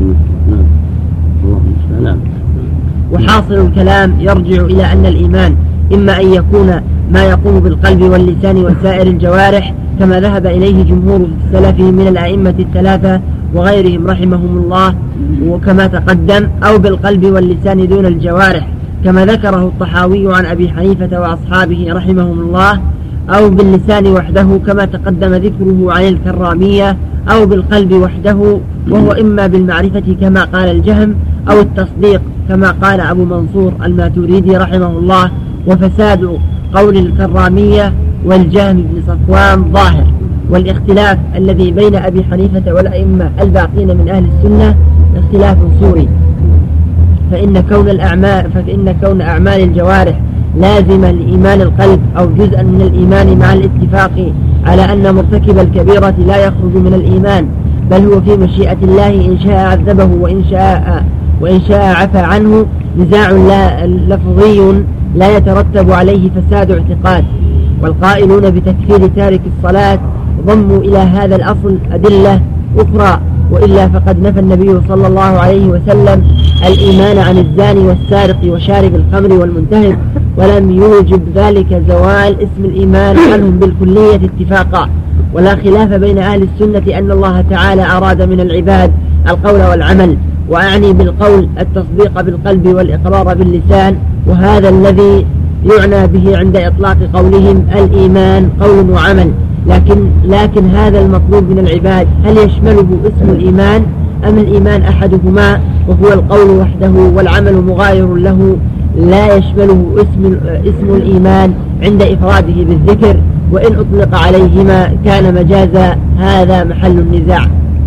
نعم. وحاصل الكلام يرجع إلى أن الإيمان إما أن يكون ما يقوم بالقلب واللسان وسائر الجوارح كما ذهب إليه جمهور السلف من الأئمة الثلاثة وغيرهم رحمهم الله وكما تقدم، أو بالقلب واللسان دون الجوارح كما ذكره الطحاوي عن أبي حنيفة وأصحابه رحمهم الله، أو باللسان وحده كما تقدم ذكره عن الكرامية، أو بالقلب وحده وهو إما بالمعرفة كما قال الجهم، أو التصديق كما قال أبو منصور الماتريدي رحمه الله. وفساد قول الكرامية والجهم بن صفوان ظاهر، والاختلاف الذي بين أبي حنيفة والأئمة الباقين من أهل السنة اختلاف صوري، فإن كون الأعمال فإن كون أعمال الجوارح لازمة لإيمان القلب أو جزءا من الإيمان مع الاتفاق على أن مرتكب الكبيرة لا يخرج من الإيمان، بل هو في مشيئة الله إن شاء عذبه وإن شاء وإن شاء عفى عنه، نزاع لا لفظي لا يترتب عليه فساد اعتقاد. والقائلون بتكفير تارك الصلاة ضموا إلى هذا الأصل أدلة أخرى، وإلا فقد نفى النبي صلى الله عليه وسلم الإيمان عن الزاني والسارق وشارب الخمر والمنتهب، ولم يوجب ذلك زوال اسم الإيمان عنهم بالكلية اتفاقا. ولا خلاف بين أهل السنة أن الله تعالى أراد من العباد القول والعمل، وأعني بالقول التصديق بالقلب والإقرار باللسان، وهذا الذي يعنى به عند إطلاق قولهم الإيمان قول وعمل. لكن, لكن هذا المطلوب من العباد هل يشمله اسم الإيمان أم الإيمان أحدهما وهو القول وحده والعمل مغاير له لا يشمله اسم, اسم الإيمان عند إفراده بالذكر، وإن أطلق عليهما كان مجازا، هذا محل النزاع.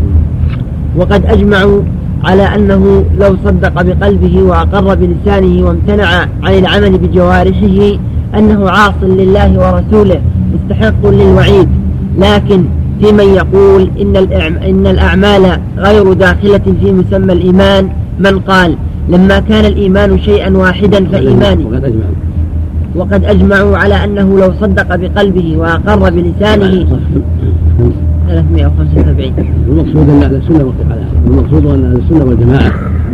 وقد أجمعوا على أنه لو صدق بقلبه وأقر بلسانه وامتنع عن العمل بجوارحه أنه عاص لله ورسوله مستحق للوعيد. لكن في من يقول إن, إن الأعمال غير داخلة في مسمى الإيمان من قال لما كان الإيمان شيئا واحدا فإيماني، وقد أجمعوا على أنه لو صدق بقلبه وأقر بلسانه ثلاثمائة وخمسة وسبعين. المقصود أن أهل السنة المقصود أن أهل السنة والجماعة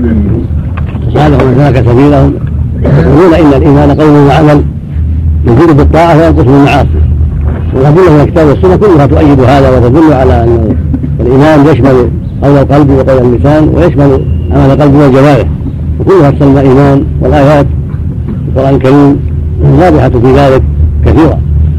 صالحوا من ترك سبيلهم يقولون إن الإيمان قول وعمل يزيد بالطاعة وينقص بالمعاصي، والأدلة من الكتاب والسنة كلها تؤيد هذا وتدل على أن الإيمان يشمل قول القلب وقول اللسان ويشمل عمل القلب والجوارح، وكلها تسمى إيمان، والآيات القرآن الكريم واضحة في ذلك كثيرة.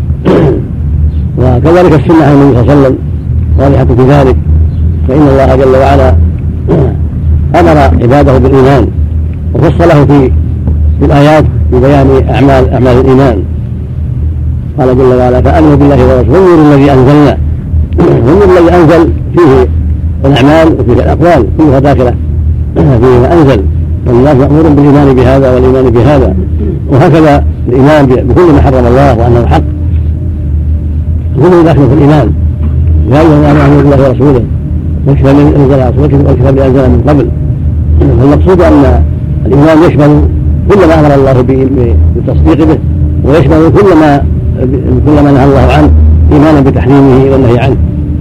وكذلك السنة عن النبي صلى الله عليه وسلم واضحة في ذلك، فإن الله جل وعلا أمر عباده بالإيمان وفصله في في الآيات في بيان أعمال أعمال الإيمان. قال جل وعلا فآمنوا بالله ورسوله والنور الذي أنزلنا، والنور الذي أنزل فيه الأعمال وفيه الأقوال كلها داخلة فيه ما أنزل، والناس مأمور بالإيمان بهذا والإيمان بهذا، وهكذا الإيمان بكل ما حرم الله وأنه حق كله داخل في الإيمان. يا أيها الذين آمنوا بالله ورسوله والكتاب الذي أنزل والكتاب الذي أنزل من قبل. فالمقصود أن الإيمان يشمل كل ما أمر الله بالتصديق به، ويشمل كل ما كل ما نهى الله عنه إيمانا بتحريمه والنهي عنه.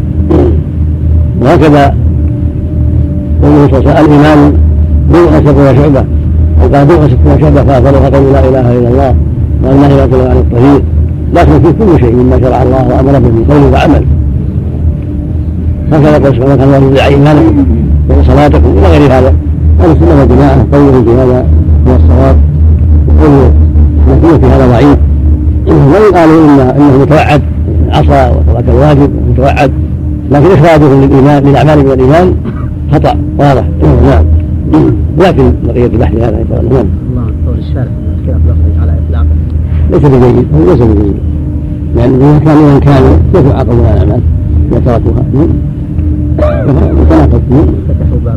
وهكذا قوله صلى الله عليه وسلم الإيمان بضع وستون شعبة، وقال بضع وستون شعبة فأفضلها قول لا إله إلا الله والنهي عن الطريق، لكن في كل شيء مما شرع الله وأمر به من قول وعمل. هكذا قال سبحانه وتعالى يرجع إيمانكم وصلاتكم إلى غير هذا. أهل السنة والجماعة قولهم في هذا هو الصواب، وقولوا نقول في هذا ضعيف. وإن قالوا إن إنه متوعد عصى وترك الواجب متوعد، لكن إخراجهم للإيمان للأعمال من الإيمان خطأ واضح. نعم. لكن بقية البحث هذا إن شاء الله. نعم. الله قول الشارع خلاف لفظي على إطلاقه ليس بجيد، هو ليس بجيد، يعني إذا كان من كانوا كيف يعاقبون الأعمال إذا تركوها؟ متناقض. فتحوا باب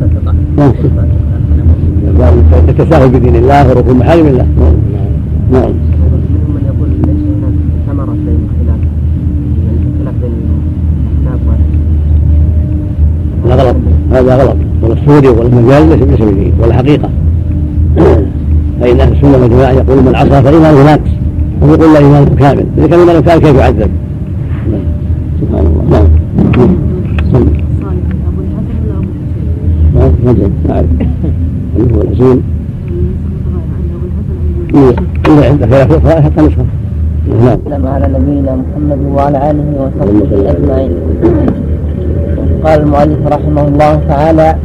باب التساهل بدين الله وركوب محارم الله. نعم. من يقول ليس هناك ثمرة بين الخلاف الخلاف بين الأحناف هذا غلط، هذا غلط، ولا السوري ولا المجال ليس بجيد ولا حقيقة. فإن أهل السنة والجماعة يقول من عصى فإيمانه ناقص، ويقول لا إيمانه كامل، إذا كان إيمانه كامل كيف يعذب؟ سبحان الله. نعم. ما أدري، ما أعرف. هو الحسين. إذا عندك خلاف حتى نسخة. نعم. على نبينا محمد وعلى آله وصحبه أجمعين. قال المؤلف رحمه الله تعالى: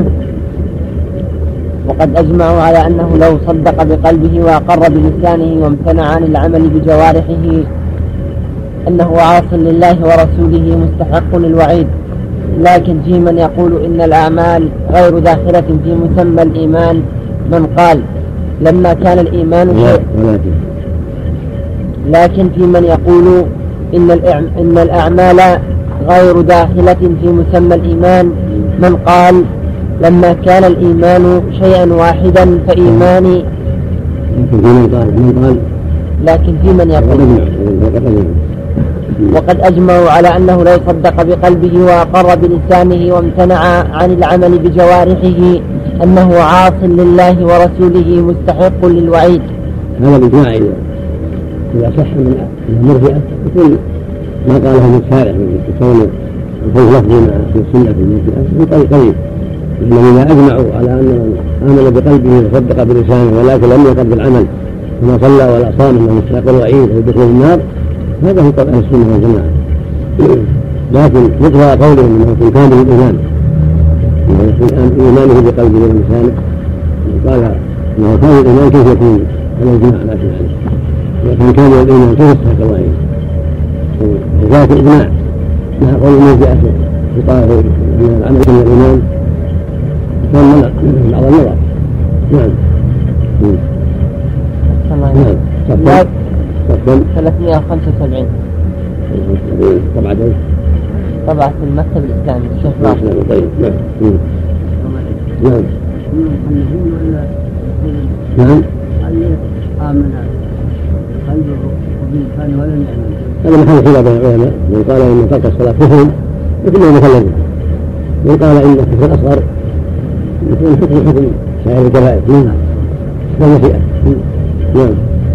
وقد أجمعوا على أنه لو صدق بقلبه وأقر بلسانه وامتنع عن العمل بجوارحه أنه عاص لله ورسوله مستحق للوعيد. لكن في من يقول إن الأعمال غير داخلة في مسمى الإيمان من قال لما كان الإيمان شيء. لكن في من يقول إن إن الأعمال غير داخلة في مسمى الإيمان من قال لما كان الإيمان شيئا واحدا فإيماني. لكن في من يقول وقد أجمعوا على أنه لا يصدق بقلبه وأقر بلسانه وامتنع عن العمل بجوارحه أنه عاص لله ورسوله مستحق للوعيد. هذا بالإجماع إذا صح من المرجئة يكون ما قاله من الشارع من كون الفوز لفظنا في السنة في المرجئة من طريق قريب، لأنهم إذا أجمعوا على أن من آمن بقلبه وصدق بلسانه ولكن لم يقل بالعمل وما صلى ولا صام إنه مستحق الوعيد ويدخل النار، هذا هو قول أهل السنة والجماعة. لكن مقتضى قولهم أنه يكون كامل الإيمان، أنه يكون إيمانه بقلبه ولسانه، قال أنه كامل الإيمان كيف يكون على الإجماع لا شيء عليه، إذا كان كامل الإيمان كيف يستحق الوعيد؟ وذاك الإجماع مع قول المرجئة في قوله أن العمل من الإيمان كان منع بعض النظر. نعم. نعم. ثلاثمائة وخمسة وسبعين طبعا طبعا في المكتب الإسلامي الشيخ ناصر. طيب. نعم. نعم. نعم. آمن قلبه وبلسانه ولم يعمل. هذا محل خلاف بين العلماء، من قال إن ترك الصلاة كفر مثل مخلد، من قال إن الكفر الأصغر يكون حكم حكم سائر الكبائر. نعم. والمشيئة. نعم.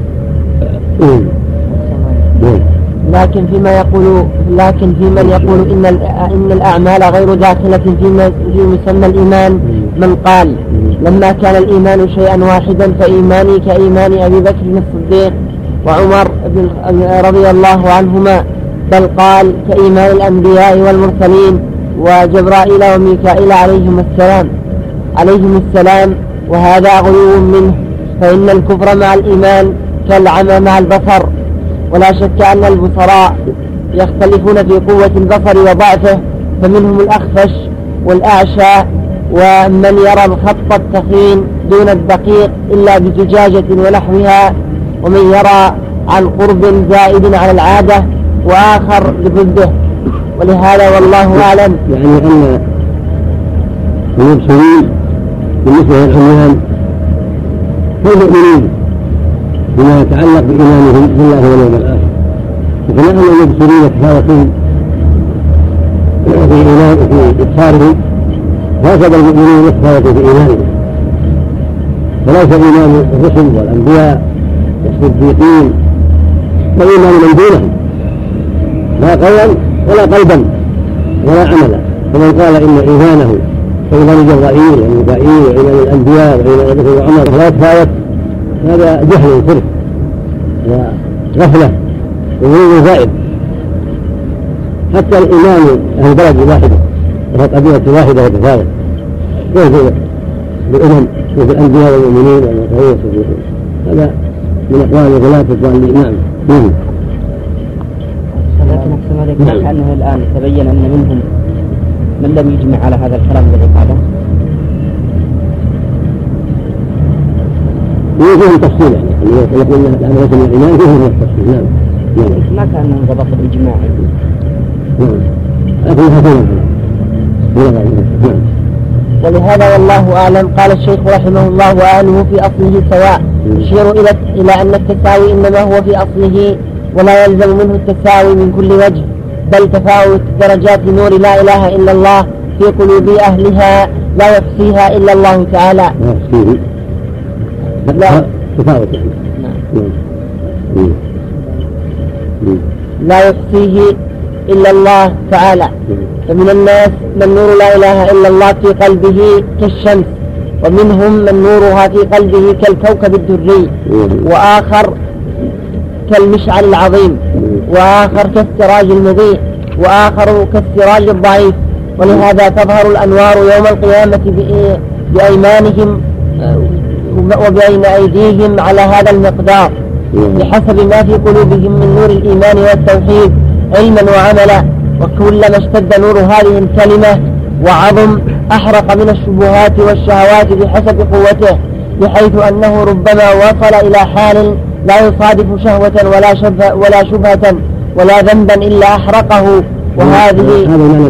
لكن فيما يقول لكن في من يقول إن إن الأعمال غير داخلة في في مسمى الإيمان من قال لما كان الإيمان شيئا واحدا فإيماني كإيمان أبي بكر الصديق وعمر رضي الله عنهما، بل قال كإيمان الأنبياء والمرسلين وجبرائيل وميكائيل عليهم السلام عليهم السلام وهذا غلو منه، فإن الكفر مع الإيمان كالعمى مع البصر، ولا شك أن البصراء يختلفون في قوة البصر وضعفه، فمنهم الأخفش والأعشى ومن يرى الخط التخين دون الدقيق إلا بزجاجة ونحوها، ومن يرى عن قرب زائد على العادة وآخر بضده. ولهذا والله أعلم يعني أن المبصرين بالنسبة للعميان كالمؤمنين بما يتعلق بإيمانهم بالله واليوم الآخر، وكما أن المبصرين يتفاوتون في إيمان في إبصارهم، هكذا المؤمنين يتفاوتون في إيمانهم، فليس إيمان الرسل والأنبياء والصديقين كإيمان من دونهم، لا قولا ولا قلبا ولا عملا. فمن قال إن إيمانه كإيمان جبرائيل وميكائيل وإيمان الأنبياء وإيمان أبي بكر وعمر لا يتفاوت، هذا جهل وكفر وغفلة وغلو زائد. حتى الإيمان أهل بلد واحدة وهي قبيلة واحدة يتفاوت، كيف بالأمم وبالأنبياء والمؤمنين والمرسلين والصديقين؟ هذا من أقوال الغلاة الضالين. نعم. نعم. لكن نعم. كأنه الآن تبين أن منهم من لم يجمع على هذا الكلام الذي قاله. فيهم تفصيل يعني يقول أن الأمر من الإيمان فيهم التفصيل. نعم نعم ما كان انضبط الإجماع. نعم لكن هكذا. نعم. ولهذا والله أعلم قال الشيخ رحمه الله وأهله في أصله سواء، يشير إلى إلى أن التساوي إنما هو في أصله ولا يلزم منه التساوي من كل وجه، بل تفاوت درجات نور لا إله إلا الله في قلوب أهلها لا يحصيها إلا الله تعالى. لا تفاوت لا يحصيه إلا الله تعالى. فمن الناس من نور لا إله إلا الله في قلبه كالشمس، ومنهم من نورها في قلبه كالكوكب الدري، وآخر كالمشعل العظيم، وآخر كالسراج المضيء، وآخر كالسراج الضعيف. ولهذا تظهر الأنوار يوم القيامة بأيمانهم وبين أيديهم على هذا المقدار بحسب ما في قلوبهم من نور الإيمان والتوحيد علما وعملا. وكلما اشتد نور هذه الكلمة وعظم أحرق من الشبهات والشهوات بحسب قوته، بحيث أنه ربما وصل إلى حال لا يصادف شهوة ولا شبهة ولا شبهة ولا ذنبا إلا أحرقه. وهذه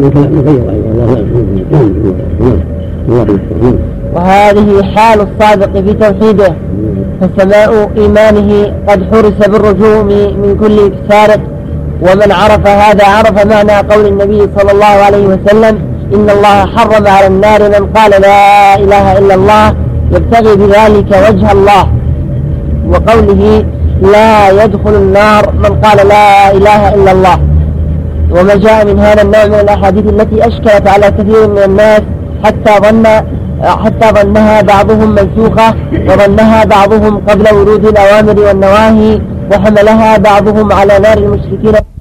وهذه حال الصادق في توحيده، فسماء إيمانه قد حرس بالرجوع من كل سارق. ومن عرف هذا عرف معنى قول النبي صلى الله عليه وسلم إن الله حرم على النار من قال لا إله إلا الله يبتغي بذلك وجه الله، وقوله لا يدخل النار من قال لا إله إلا الله. وما جاء من هذا النوع من الأحاديث التي أشكلت على كثير من الناس حتى ظن حتى ظنها بعضهم منسوخة، وظنها بعضهم قبل ورود الأوامر والنواهي، وحملها بعضهم على نار المشركين.